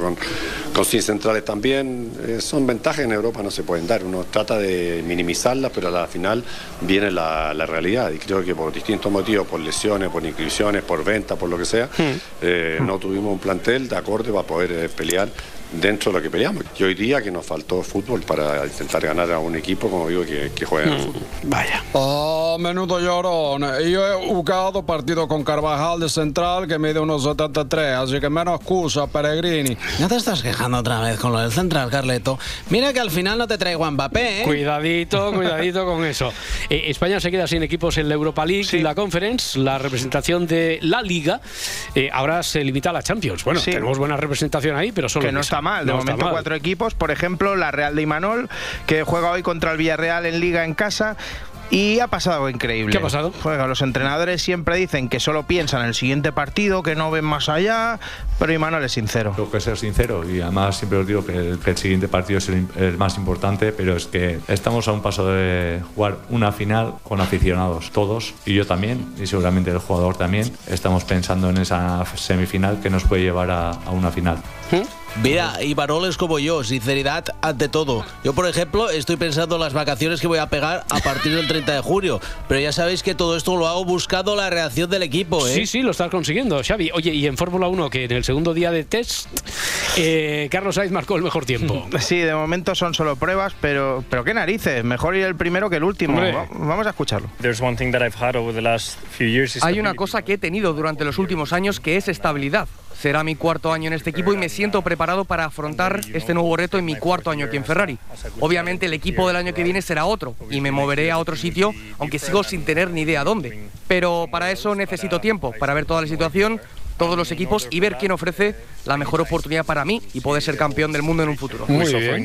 con 100 centrales también. Son ventajas en Europa, no se pueden dar. Uno trata de minimizarlas, pero a la final viene la realidad. Y creo que por distintos motivos, por lesiones, por inscripciones, por ventas, por lo que sea, no tuvimos un plantel de acorde para poder pelear dentro de lo que peleamos. Y hoy día que nos faltó fútbol para intentar ganar a un equipo, como digo, que juega al fútbol. Vaya. Menudo llorón. Yo he jugado partido con Carvajal de central, que mide unos 73, así que menos excusa, Pellegrini. No te estás quejando otra vez con lo del central, Carleto. Mira que al final no te traigo a Mbappé, Cuidadito con eso. España se queda sin equipos en la Europa League y la Conference, la representación de la Liga. Ahora se limita a la Champions. Bueno, tenemos buena representación ahí, pero solo que no está mal. De momento 4 equipos, por ejemplo, la Real de Imanol, que juega hoy contra el Villarreal en Liga en casa. Y ha pasado algo increíble. ¿Qué ha pasado? Pues los entrenadores siempre dicen que solo piensan en el siguiente partido, que no ven más allá, pero Imanol es sincero. Tengo que ser sincero y además siempre os digo que el siguiente partido es el más importante, pero es que estamos a un paso de jugar una final con aficionados, todos, y yo también, y seguramente el jugador también. Estamos pensando en esa semifinal que nos puede llevar a una final. Mira, Imanol es como yo, sinceridad ante todo. Yo, por ejemplo, estoy pensando en las vacaciones que voy a pegar a partir del 30 de junio, pero ya sabéis que todo esto lo hago buscando la reacción del equipo, ¿eh? Sí, sí, lo estás consiguiendo, Xavi. Oye, y en Fórmula 1, que en el segundo día de test, Carlos Sainz marcó el mejor tiempo. Sí, de momento son solo pruebas, pero qué narices, mejor ir el primero que el último. Vamos a escucharlo. Hay una cosa que he tenido durante los últimos años que es estabilidad. Será mi cuarto año en este equipo y me siento preparado para afrontar este nuevo reto en mi cuarto año aquí en Ferrari. Obviamente el equipo del año que viene será otro y me moveré a otro sitio, aunque sigo sin tener ni idea dónde. Pero para eso necesito tiempo, para ver toda la situación, todos los equipos y ver quién ofrece la mejor oportunidad para mí y poder ser campeón del mundo en un futuro. Muy bien.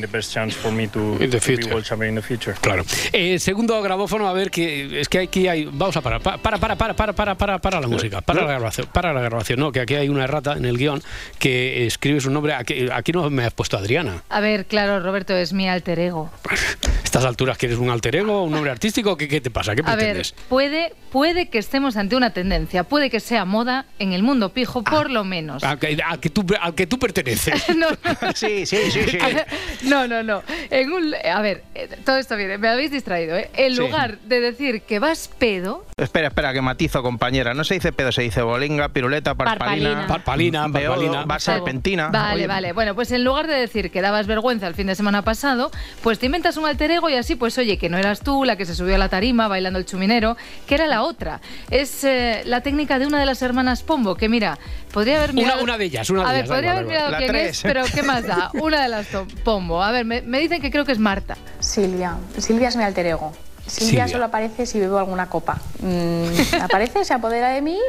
Claro. Segundo grabófono, a ver, que es que aquí hay... Vamos a parar. Para la música. Para la grabación. No, que aquí hay una errata en el guión que escribe su nombre. Aquí no me has puesto Adriana. A ver, claro, Roberto, es mi alter ego. ¿Estas alturas quieres un alter ego, un nombre artístico? ¿Qué te pasa? ¿Qué pretendes? A ver, puede que estemos ante una tendencia. Puede que sea moda en el mundo pijo, por lo menos. Al que tú perteneces. No. Sí. No. A ver, todo esto viene. Me habéis distraído, ¿eh? En lugar de decir que vas pedo... Espera, que matizo, compañera. No se dice pedo, se dice bolinga, piruleta, parpalina, beodo, va serpentina. Vale. Bueno, pues en lugar de decir que dabas vergüenza el fin de semana pasado, pues te inventas un alter ego y así, pues oye, que no eras tú la que se subió a la tarima bailando el chuminero, que era la otra. Es la técnica de una de las hermanas Pombo, que mira, podría haber mirado... Una de ellas. Podría haber mirado quién es, pero ¿qué más da? Una de las Pombo. A ver, me dicen que creo que es Marta. Silvia es mi alter ego. Silvia solo aparece si bebo alguna copa. Aparece, se apodera de mí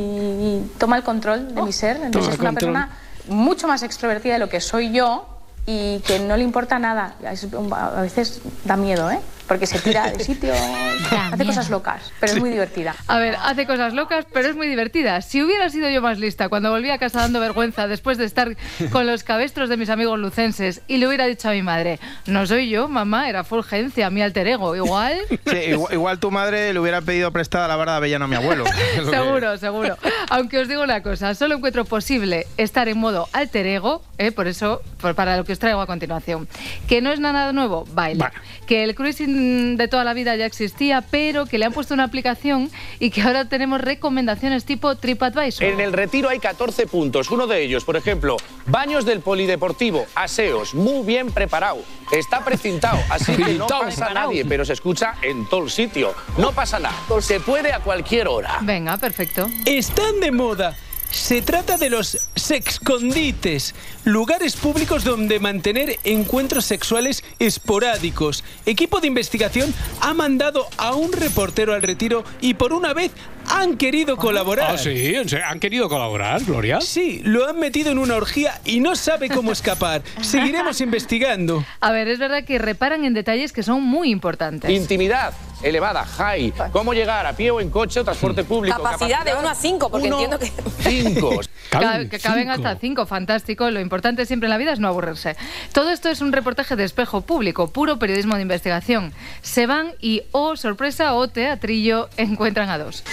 y toma el control de mi ser. Entonces es una persona mucho más extrovertida de lo que soy yo y que no le importa nada. A veces da miedo, ¿eh? Porque se tira de sitio, hace cosas locas, pero es muy divertida. A ver, hace cosas locas, pero es muy divertida. Si hubiera sido yo más lista cuando volví a casa dando vergüenza después de estar con los cabestros de mis amigos lucenses y le hubiera dicho a mi madre, no soy yo, mamá, era Fulgencia, mi alter ego, igual... Sí, igual tu madre le hubiera pedido prestada la vara de avellana a mi abuelo. Seguro. Aunque os digo una cosa, solo encuentro posible estar en modo alter ego, para lo que os traigo a continuación. Que no es nada nuevo, baila. Bueno. Que el cruising de toda la vida ya existía, pero que le han puesto una aplicación y que ahora tenemos recomendaciones tipo TripAdvisor. En el Retiro hay 14 puntos. Uno de ellos, por ejemplo, baños del polideportivo, aseos, muy bien preparado. Está precintado, así que no pasa nadie, pero se escucha en todo el sitio. No pasa nada, se puede a cualquier hora. Venga, perfecto. Están de moda. Se trata de los sexcondites, lugares públicos donde mantener encuentros sexuales esporádicos. Equipo de investigación ha mandado a un reportero al Retiro y por una vez han querido colaborar. ¿Ah, sí? ¿Han querido colaborar, Gloria? Sí, lo han metido en una orgía y no sabe cómo escapar. Seguiremos investigando. A ver, es verdad que reparan en detalles que son muy importantes. Intimidad elevada, high. ¿Cómo llegar a pie o en coche o transporte público? Capacidad de 1 a 5, porque entiendo que... 5. Que caben hasta 5, fantástico. Lo importante siempre en la vida es no aburrirse. Todo esto es un reportaje de Espejo Público, puro periodismo de investigación. Se van y, sorpresa, teatrillo, encuentran a dos.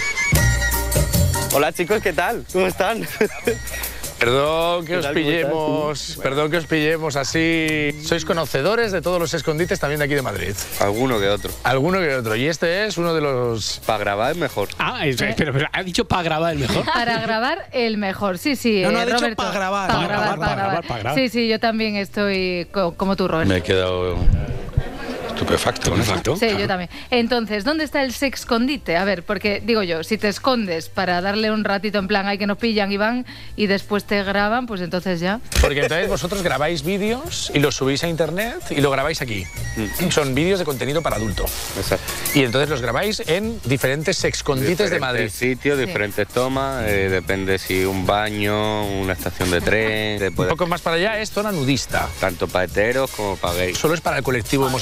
Hola chicos, ¿qué tal? ¿Cómo están? Perdón que os pillemos así. ¿Sois conocedores de todos los escondites también de aquí de Madrid? Alguno que otro. Alguno que otro. Y este es uno de los... Para grabar el mejor. Pero ¿ha dicho para grabar el mejor? Para grabar el mejor, sí. No, ha dicho Roberto. para grabar. Para grabar. Sí, yo también estoy como tú, Roberto. Me he quedado... estupefacto. Sí, yo también. Entonces, ¿dónde está el sexcondite? A ver, porque digo yo, si te escondes para darle un ratito en plan, hay que nos pillan y van, y después te graban, pues entonces ya. Porque entonces vosotros grabáis vídeos y los subís a internet y lo grabáis aquí. Son vídeos de contenido para adulto. Exacto. Y entonces los grabáis en diferentes sexcondites de Madrid. Sitios, diferentes tomas, depende si un baño, una estación de tren. Un poco más para allá es zona nudista. Tanto para heteros como para gays. Solo es para el colectivo homosexual.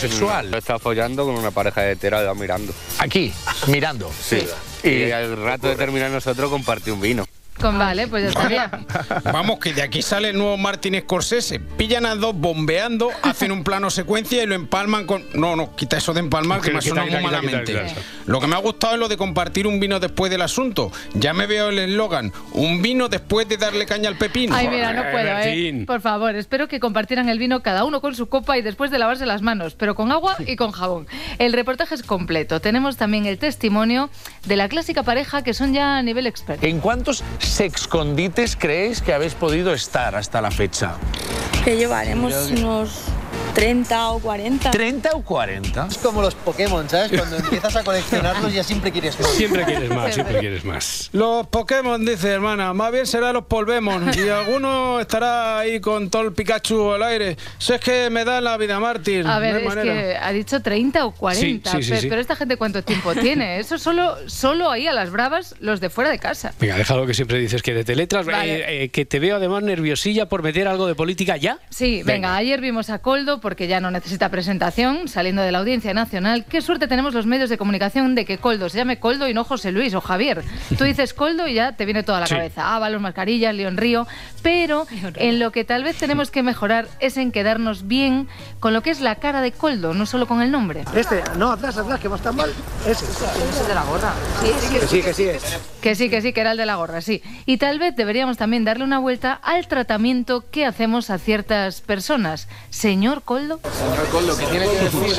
normal. Lo está follando con una pareja de hetero mirando. Aquí, mirando. Sí. Y al rato de terminar nosotros compartir un vino. Vale, pues ya estaría. Vamos, que de aquí sale el nuevo Martin Scorsese. Pillan a dos bombeando, hacen un plano secuencia y lo empalman con... No, quita eso de empalmar, que me suena muy malamente. Lo que me ha gustado es lo de compartir un vino después del asunto. Ya me veo el eslogan: un vino después de darle caña al pepino. Ay, mira, no puedo, Por favor, espero que compartieran el vino cada uno con su copa y después de lavarse las manos, pero con agua y con jabón. El reportaje es completo. Tenemos también el testimonio de la clásica pareja que son ya a nivel experto. ¿En cuántos sexcondites creéis que habéis podido estar hasta la fecha? Que llevaremos unos 30 o 40. ¿30 o 40? Es como los Pokémon, ¿sabes? Cuando empiezas a coleccionarlos ya siempre quieres más. Siempre quieres más, siempre quieres más. Los Pokémon, dice hermana, más bien será los Polvemon. Y alguno estará ahí con todo el Pikachu al aire. Si es que me da la vida mártir. A ver, es que ha dicho 30 o 40. Sí. Pero esta gente, ¿cuánto tiempo tiene? Eso solo ahí a las bravas, los de fuera de casa. Venga, déjalo que siempre dices que de teletras. Vale. Que te veo además nerviosilla por meter algo de política ya. Sí, venga, ayer vimos a Koldo, porque ya no necesita presentación, saliendo de la Audiencia Nacional. Qué suerte tenemos los medios de comunicación de que Koldo se llame Koldo y no José Luis o Javier. Tú dices Koldo y ya te viene toda la cabeza. Ábalos, mascarillas, León Río. Pero en lo que tal vez tenemos que mejorar es en quedarnos bien con lo que es la cara de Koldo, no solo con el nombre. No, atrás, que va a estar mal. Ese. Es el de la gorra. Que sí. Que era el de la gorra, sí. Y tal vez deberíamos también darle una vuelta al tratamiento que hacemos a ciertas personas. Señor Koldo. Señor Koldo, ¿qué tiene que decir?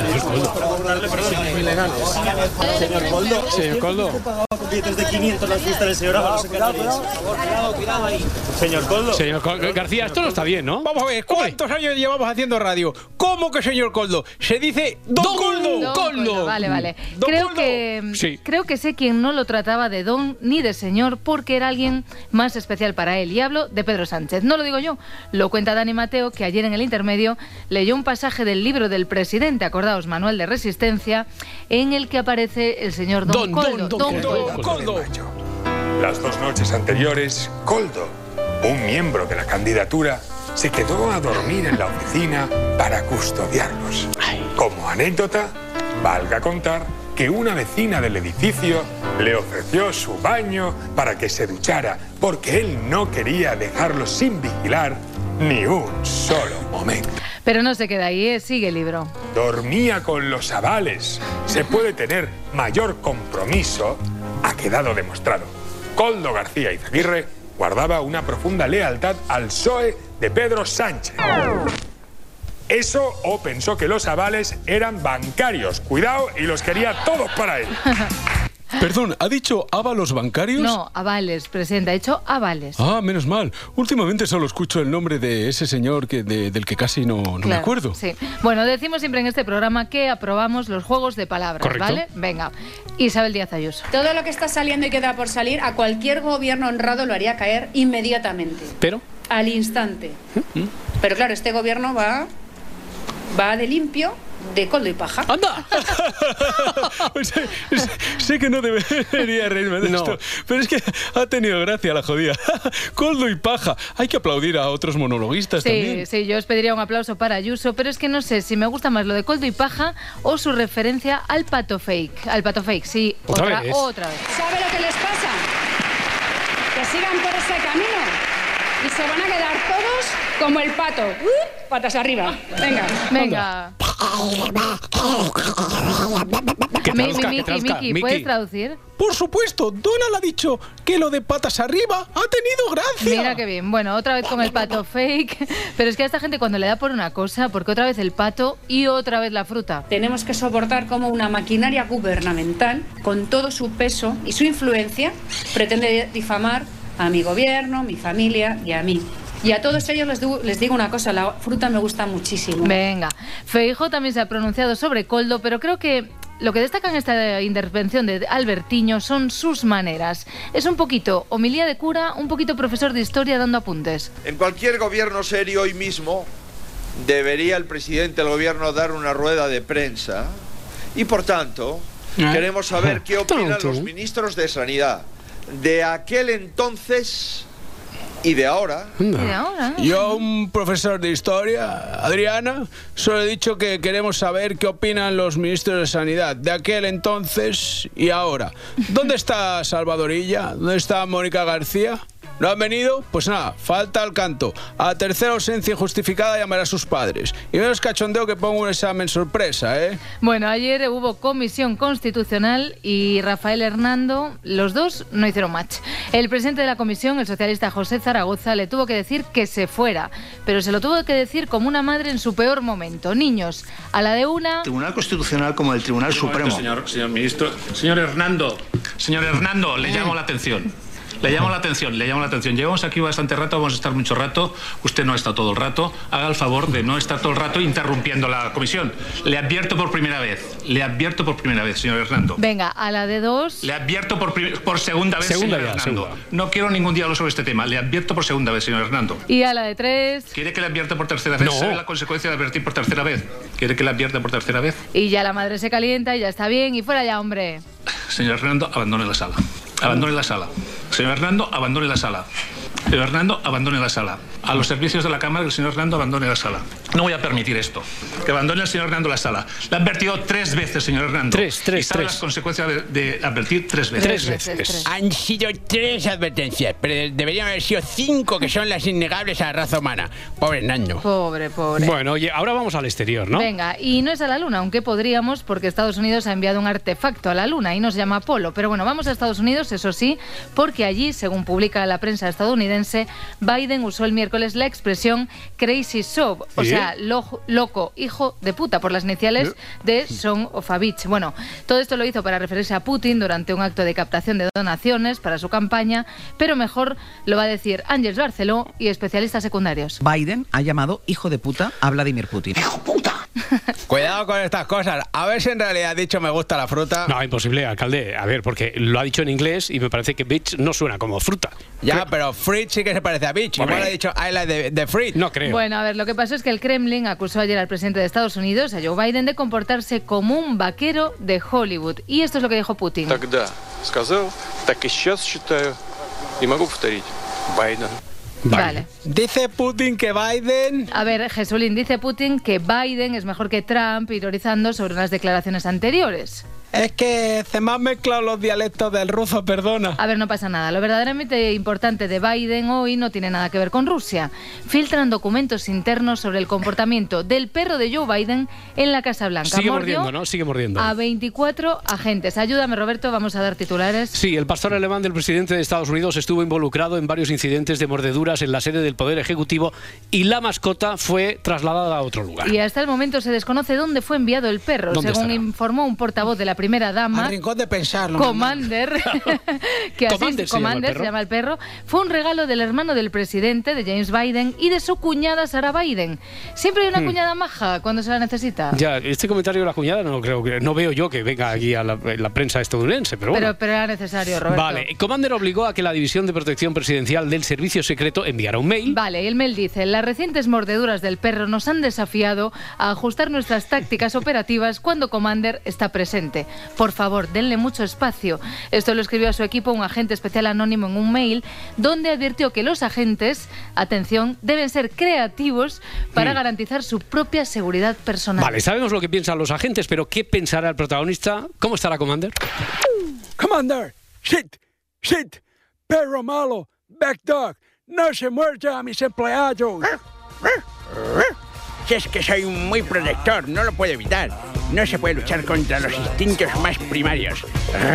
Señor Koldo. Con billetes de 500 las fiestas del señor Ábalos. Cuidado ahí. Señor Koldo. Señor García, esto no está bien, ¿no? Vamos a ver, ¿cuántos años llevamos haciendo radio? ¿Cómo que señor Koldo? Se dice Don Koldo. Koldo. Vale. Creo que sé quién no lo trataba de don ni de señor, porque era alguien más especial para él. Y hablo de Pedro Sánchez. No lo digo yo, lo cuenta Dani Mateo, que ayer en el intermedio leyó un pasaje del libro del presidente, acordaos, Manual de Resistencia, en el que aparece el señor Don Koldo. Las 2 noches anteriores, Koldo, un miembro de la candidatura, se quedó a dormir en la oficina para custodiarlos. Como anécdota, valga contar que una vecina del edificio le ofreció su baño para que se duchara, porque él no quería dejarlo sin vigilar ni un solo momento. Pero no se queda ahí, sigue el libro. Dormía con los avales. Se puede tener mayor compromiso, ha quedado demostrado. Koldo García Izaguirre guardaba una profunda lealtad al PSOE de Pedro Sánchez. Eso o pensó que los avales eran bancarios. Cuidado, y los quería todos para él. Perdón, ¿ha dicho ábalos bancarios? No, avales, presidente, ha dicho avales. Ah, menos mal. Últimamente solo escucho el nombre de ese señor del que casi no me acuerdo. Sí. Bueno, decimos siempre en este programa que aprobamos los juegos de palabras, ¿correcto? ¿Vale? Venga, Isabel Díaz Ayuso. Todo lo que está saliendo y queda por salir, a cualquier gobierno honrado lo haría caer inmediatamente. ¿Pero? Al instante. Pero claro, este gobierno va de limpio, de Koldo y paja. ¡Anda! sé que no debería reírme de esto, pero es que ha tenido gracia la jodida. Koldo y paja. Hay que aplaudir a otros monologuistas también. Sí, yo os pediría un aplauso para Ayuso, pero es que no sé si me gusta más lo de Koldo y paja o su referencia al pato fake. Al pato fake, sí. Otra vez. ¿Sabe lo que les pasa? Que sigan por ese camino y se van a quedar todos como el pato. Patas arriba. Venga. Miki, ¿puedes traducir? Por supuesto, Donald ha dicho que lo de patas arriba ha tenido gracia. Mira qué bien. Bueno, otra vez con el pato fake. Pero es que a esta gente cuando le da por una cosa, porque otra vez el pato y otra vez la fruta. Tenemos que soportar cómo una maquinaria gubernamental, con todo su peso y su influencia, pretende difamar a mi gobierno, mi familia y a mí. Y a todos ellos les digo una cosa, la fruta me gusta muchísimo. Venga, Feijóo también se ha pronunciado sobre Koldo, pero creo que lo que destaca en esta intervención de Albertiño son sus maneras. Es un poquito homilía de cura, un poquito profesor de historia dando apuntes. En cualquier gobierno serio hoy mismo debería el presidente del gobierno dar una rueda de prensa y por tanto queremos saber qué opinan los ministros de Sanidad de aquel entonces y de ahora. Yo, un profesor de historia, Adriana, solo he dicho que queremos saber qué opinan los ministros de Sanidad de aquel entonces y ahora. ¿Dónde está Salvadorilla? ¿Dónde está Mónica García? ¿No han venido? Pues nada, falta el canto. A la tercera ausencia injustificada llamará a sus padres. Y menos cachondeo que pongo un examen sorpresa, ¿eh? Bueno, ayer hubo comisión constitucional y Rafael Hernando, los dos no hicieron match. El presidente de la comisión, el socialista José Zaragoza, le tuvo que decir que se fuera. Pero se lo tuvo que decir como una madre en su peor momento. Niños, a la de una... Tribunal Constitucional como el Tribunal Supremo. Señor ministro, señor Hernando, le llamo la atención. Le llamo la atención. Llevamos aquí bastante rato, vamos a estar mucho rato. Usted no ha estado todo el rato. Haga el favor de no estar todo el rato interrumpiendo la comisión. Le advierto por primera vez, señor Hernando. Venga, a la de dos... Le advierto por segunda vez, señor Hernando. No quiero ningún diálogo sobre este tema. Le advierto por segunda vez, señor Hernando. Y a la de tres... ¿Quiere que le advierta por tercera vez? No. ¿Sabe la consecuencia de advertir por tercera vez? ¿Quiere que le advierta por tercera vez? Y ya la madre se calienta y ya está bien. Y fuera ya, hombre. Señor Hernando, abandone la sala. Abandone la sala. Señor Hernando, abandone la sala. Señor Hernando, abandone la sala. A los servicios de la Cámara, el señor Hernando abandone la sala. No voy a permitir esto. Que abandone el señor Hernando la sala. Le ha advertido 3 veces, señor Hernando. Y sabe las consecuencias de advertir 3 veces. 3 veces. Han sido 3 advertencias, pero deberían haber sido 5, que son las innegables a la raza humana. Pobre Hernando. Pobre. Bueno, oye, ahora vamos al exterior, ¿no? Venga, y no es a la Luna, aunque podríamos, porque Estados Unidos ha enviado un artefacto a la Luna y nos llama Apolo. Pero bueno, vamos a Estados Unidos, eso sí, porque allí, según publica la prensa estadounidense, Biden usó el miércoles la expresión crazy sob, o sea, loco, hijo de puta, por las iniciales de Son of a Bitch. Bueno, todo esto lo hizo para referirse a Putin durante un acto de captación de donaciones para su campaña, pero mejor lo va a decir Ángels Barceló y especialistas secundarios. Biden ha llamado hijo de puta a Vladimir Putin. ¡Hijo puta! Cuidado con estas cosas. A ver si en realidad ha dicho me gusta la fruta. No, imposible, alcalde. A ver, porque lo ha dicho en inglés y me parece que bitch no suena como fruta. Ya, pero fruit sí que se parece a bitch. Igual ha dicho I like the fruit. No creo. Bueno, a ver, lo que pasó es que el Kremlin acusó ayer al presidente de Estados Unidos, a Joe Biden, de comportarse como un vaquero de Hollywood. Y esto es lo que dijo Putin. Тогда сказал, так и сейчас считаю, и могу повторить. Байден. Vale. Dice Putin que Biden... A ver, Jesulín, dice Putin que Biden es mejor que Trump, ironizando sobre unas declaraciones anteriores. Es que se me han mezclado los dialectos del ruso, perdona. A ver, no pasa nada. Lo verdaderamente importante de Biden hoy no tiene nada que ver con Rusia. Filtran documentos internos sobre el comportamiento del perro de Joe Biden en la Casa Blanca. Sigue mordiendo, ¿no? Sigue mordiendo. A 24 agentes. Ayúdame, Roberto, vamos a dar titulares. Sí, el pastor alemán del presidente de Estados Unidos estuvo involucrado en varios incidentes de mordeduras en la sede del Poder Ejecutivo y la mascota fue trasladada a otro lugar. Y hasta el momento se desconoce dónde fue enviado el perro. Según informó un portavoz de la primera dama, al rincón de pensarlo, Commander, que así Commander se llama el perro, fue un regalo del hermano del presidente, de James Biden, y de su cuñada Sarah Biden. Siempre hay una cuñada maja cuando se la necesita. Ya, este comentario de la cuñada no veo yo que venga aquí a la prensa estadounidense, pero bueno. Pero era necesario, Roberto. Vale, Commander obligó a que la División de Protección Presidencial del Servicio Secreto enviara un mail. Vale, y el mail dice: las recientes mordeduras del perro nos han desafiado a ajustar nuestras tácticas operativas cuando Commander está presente. Por favor, denle mucho espacio. Esto lo escribió a su equipo un agente especial anónimo en un mail donde advirtió que los agentes, atención, deben ser creativos para garantizar su propia seguridad personal. Vale, sabemos lo que piensan los agentes, pero ¿qué pensará el protagonista? ¿Cómo estará Commander? Commander, shit, perro malo, back dog, no se muerda a mis empleados. Si es que soy muy protector, no lo puedo evitar. No se puede luchar contra los instintos más primarios.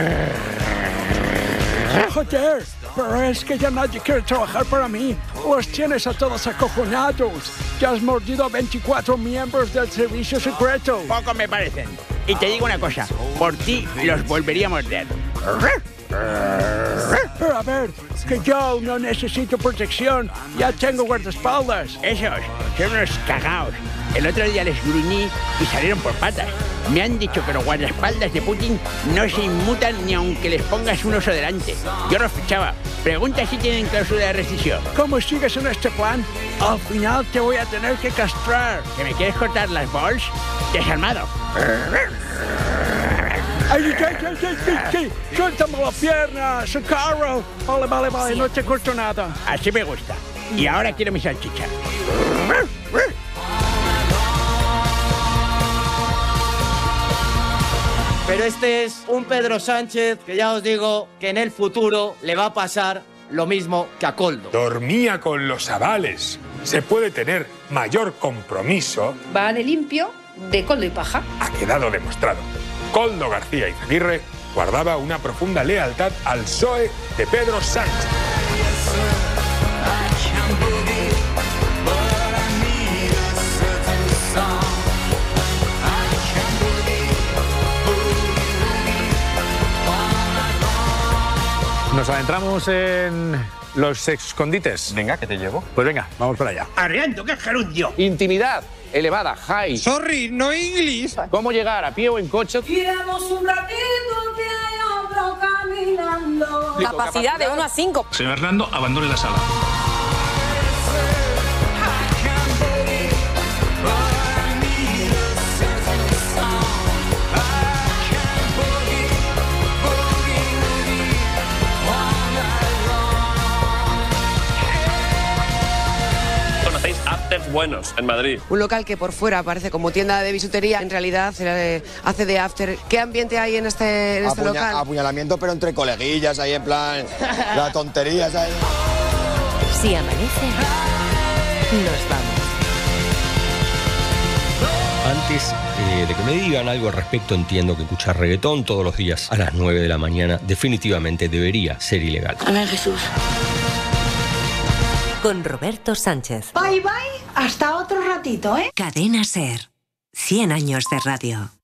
Joder, pero es que ya nadie quiere trabajar para mí. Los tienes a todos acojonados. Ya has mordido a 24 miembros del servicio secreto. Poco me parecen. Y te digo una cosa, por ti los volvería a morder. Pero a ver, que yo no necesito protección, ya tengo guardaespaldas. Esos son unos cagaos. El otro día les gruñí y salieron por patas. Me han dicho que los guardaespaldas de Putin no se inmutan ni aunque les pongas un oso delante. Yo los fichaba. Pregunta si tienen cláusula de rescisión. ¿Cómo sigues en este plan? Al final te voy a tener que castrar. ¿Que me quieres cortar las bols? Desarmado. Ay, suéltame la pierna, socorro. Vale, no te corto nada. Así me gusta. Y ahora quiero mi salchicha. Pero este es un Pedro Sánchez que ya os digo que en el futuro le va a pasar lo mismo que a Koldo. Dormía con los avales. Se puede tener mayor compromiso. Va de limpio, de Koldo y paja. Ha quedado demostrado. Koldo García Izaguirre guardaba una profunda lealtad al PSOE de Pedro Sánchez. Nos adentramos en los escondites. Venga, que te llevo. Pues venga, vamos para allá. Arreando, que es gerundio. Intimidad elevada, high. Sorry, no English. ¿Cómo llegar a pie o en coche? Iremos un ratito que hay otro caminando. Capacidad de 1 a 5. Señor Hernando, abandone la sala. Afters buenos en Madrid. Un local que por fuera parece como tienda de bisutería, en realidad hace de after. ¿Qué ambiente hay en este local? Apuñalamiento, pero entre coleguillas, ahí en plan, la tontería, ¿sabes? Si amanece, nos vamos. Antes de que me digan algo al respecto, entiendo que escuchar reggaetón todos los días a las 9 de la mañana definitivamente debería ser ilegal. Amén, Jesús. Con Roberto Sánchez. Bye, hasta otro ratito, ¿eh? Cadena SER. 100 años de radio.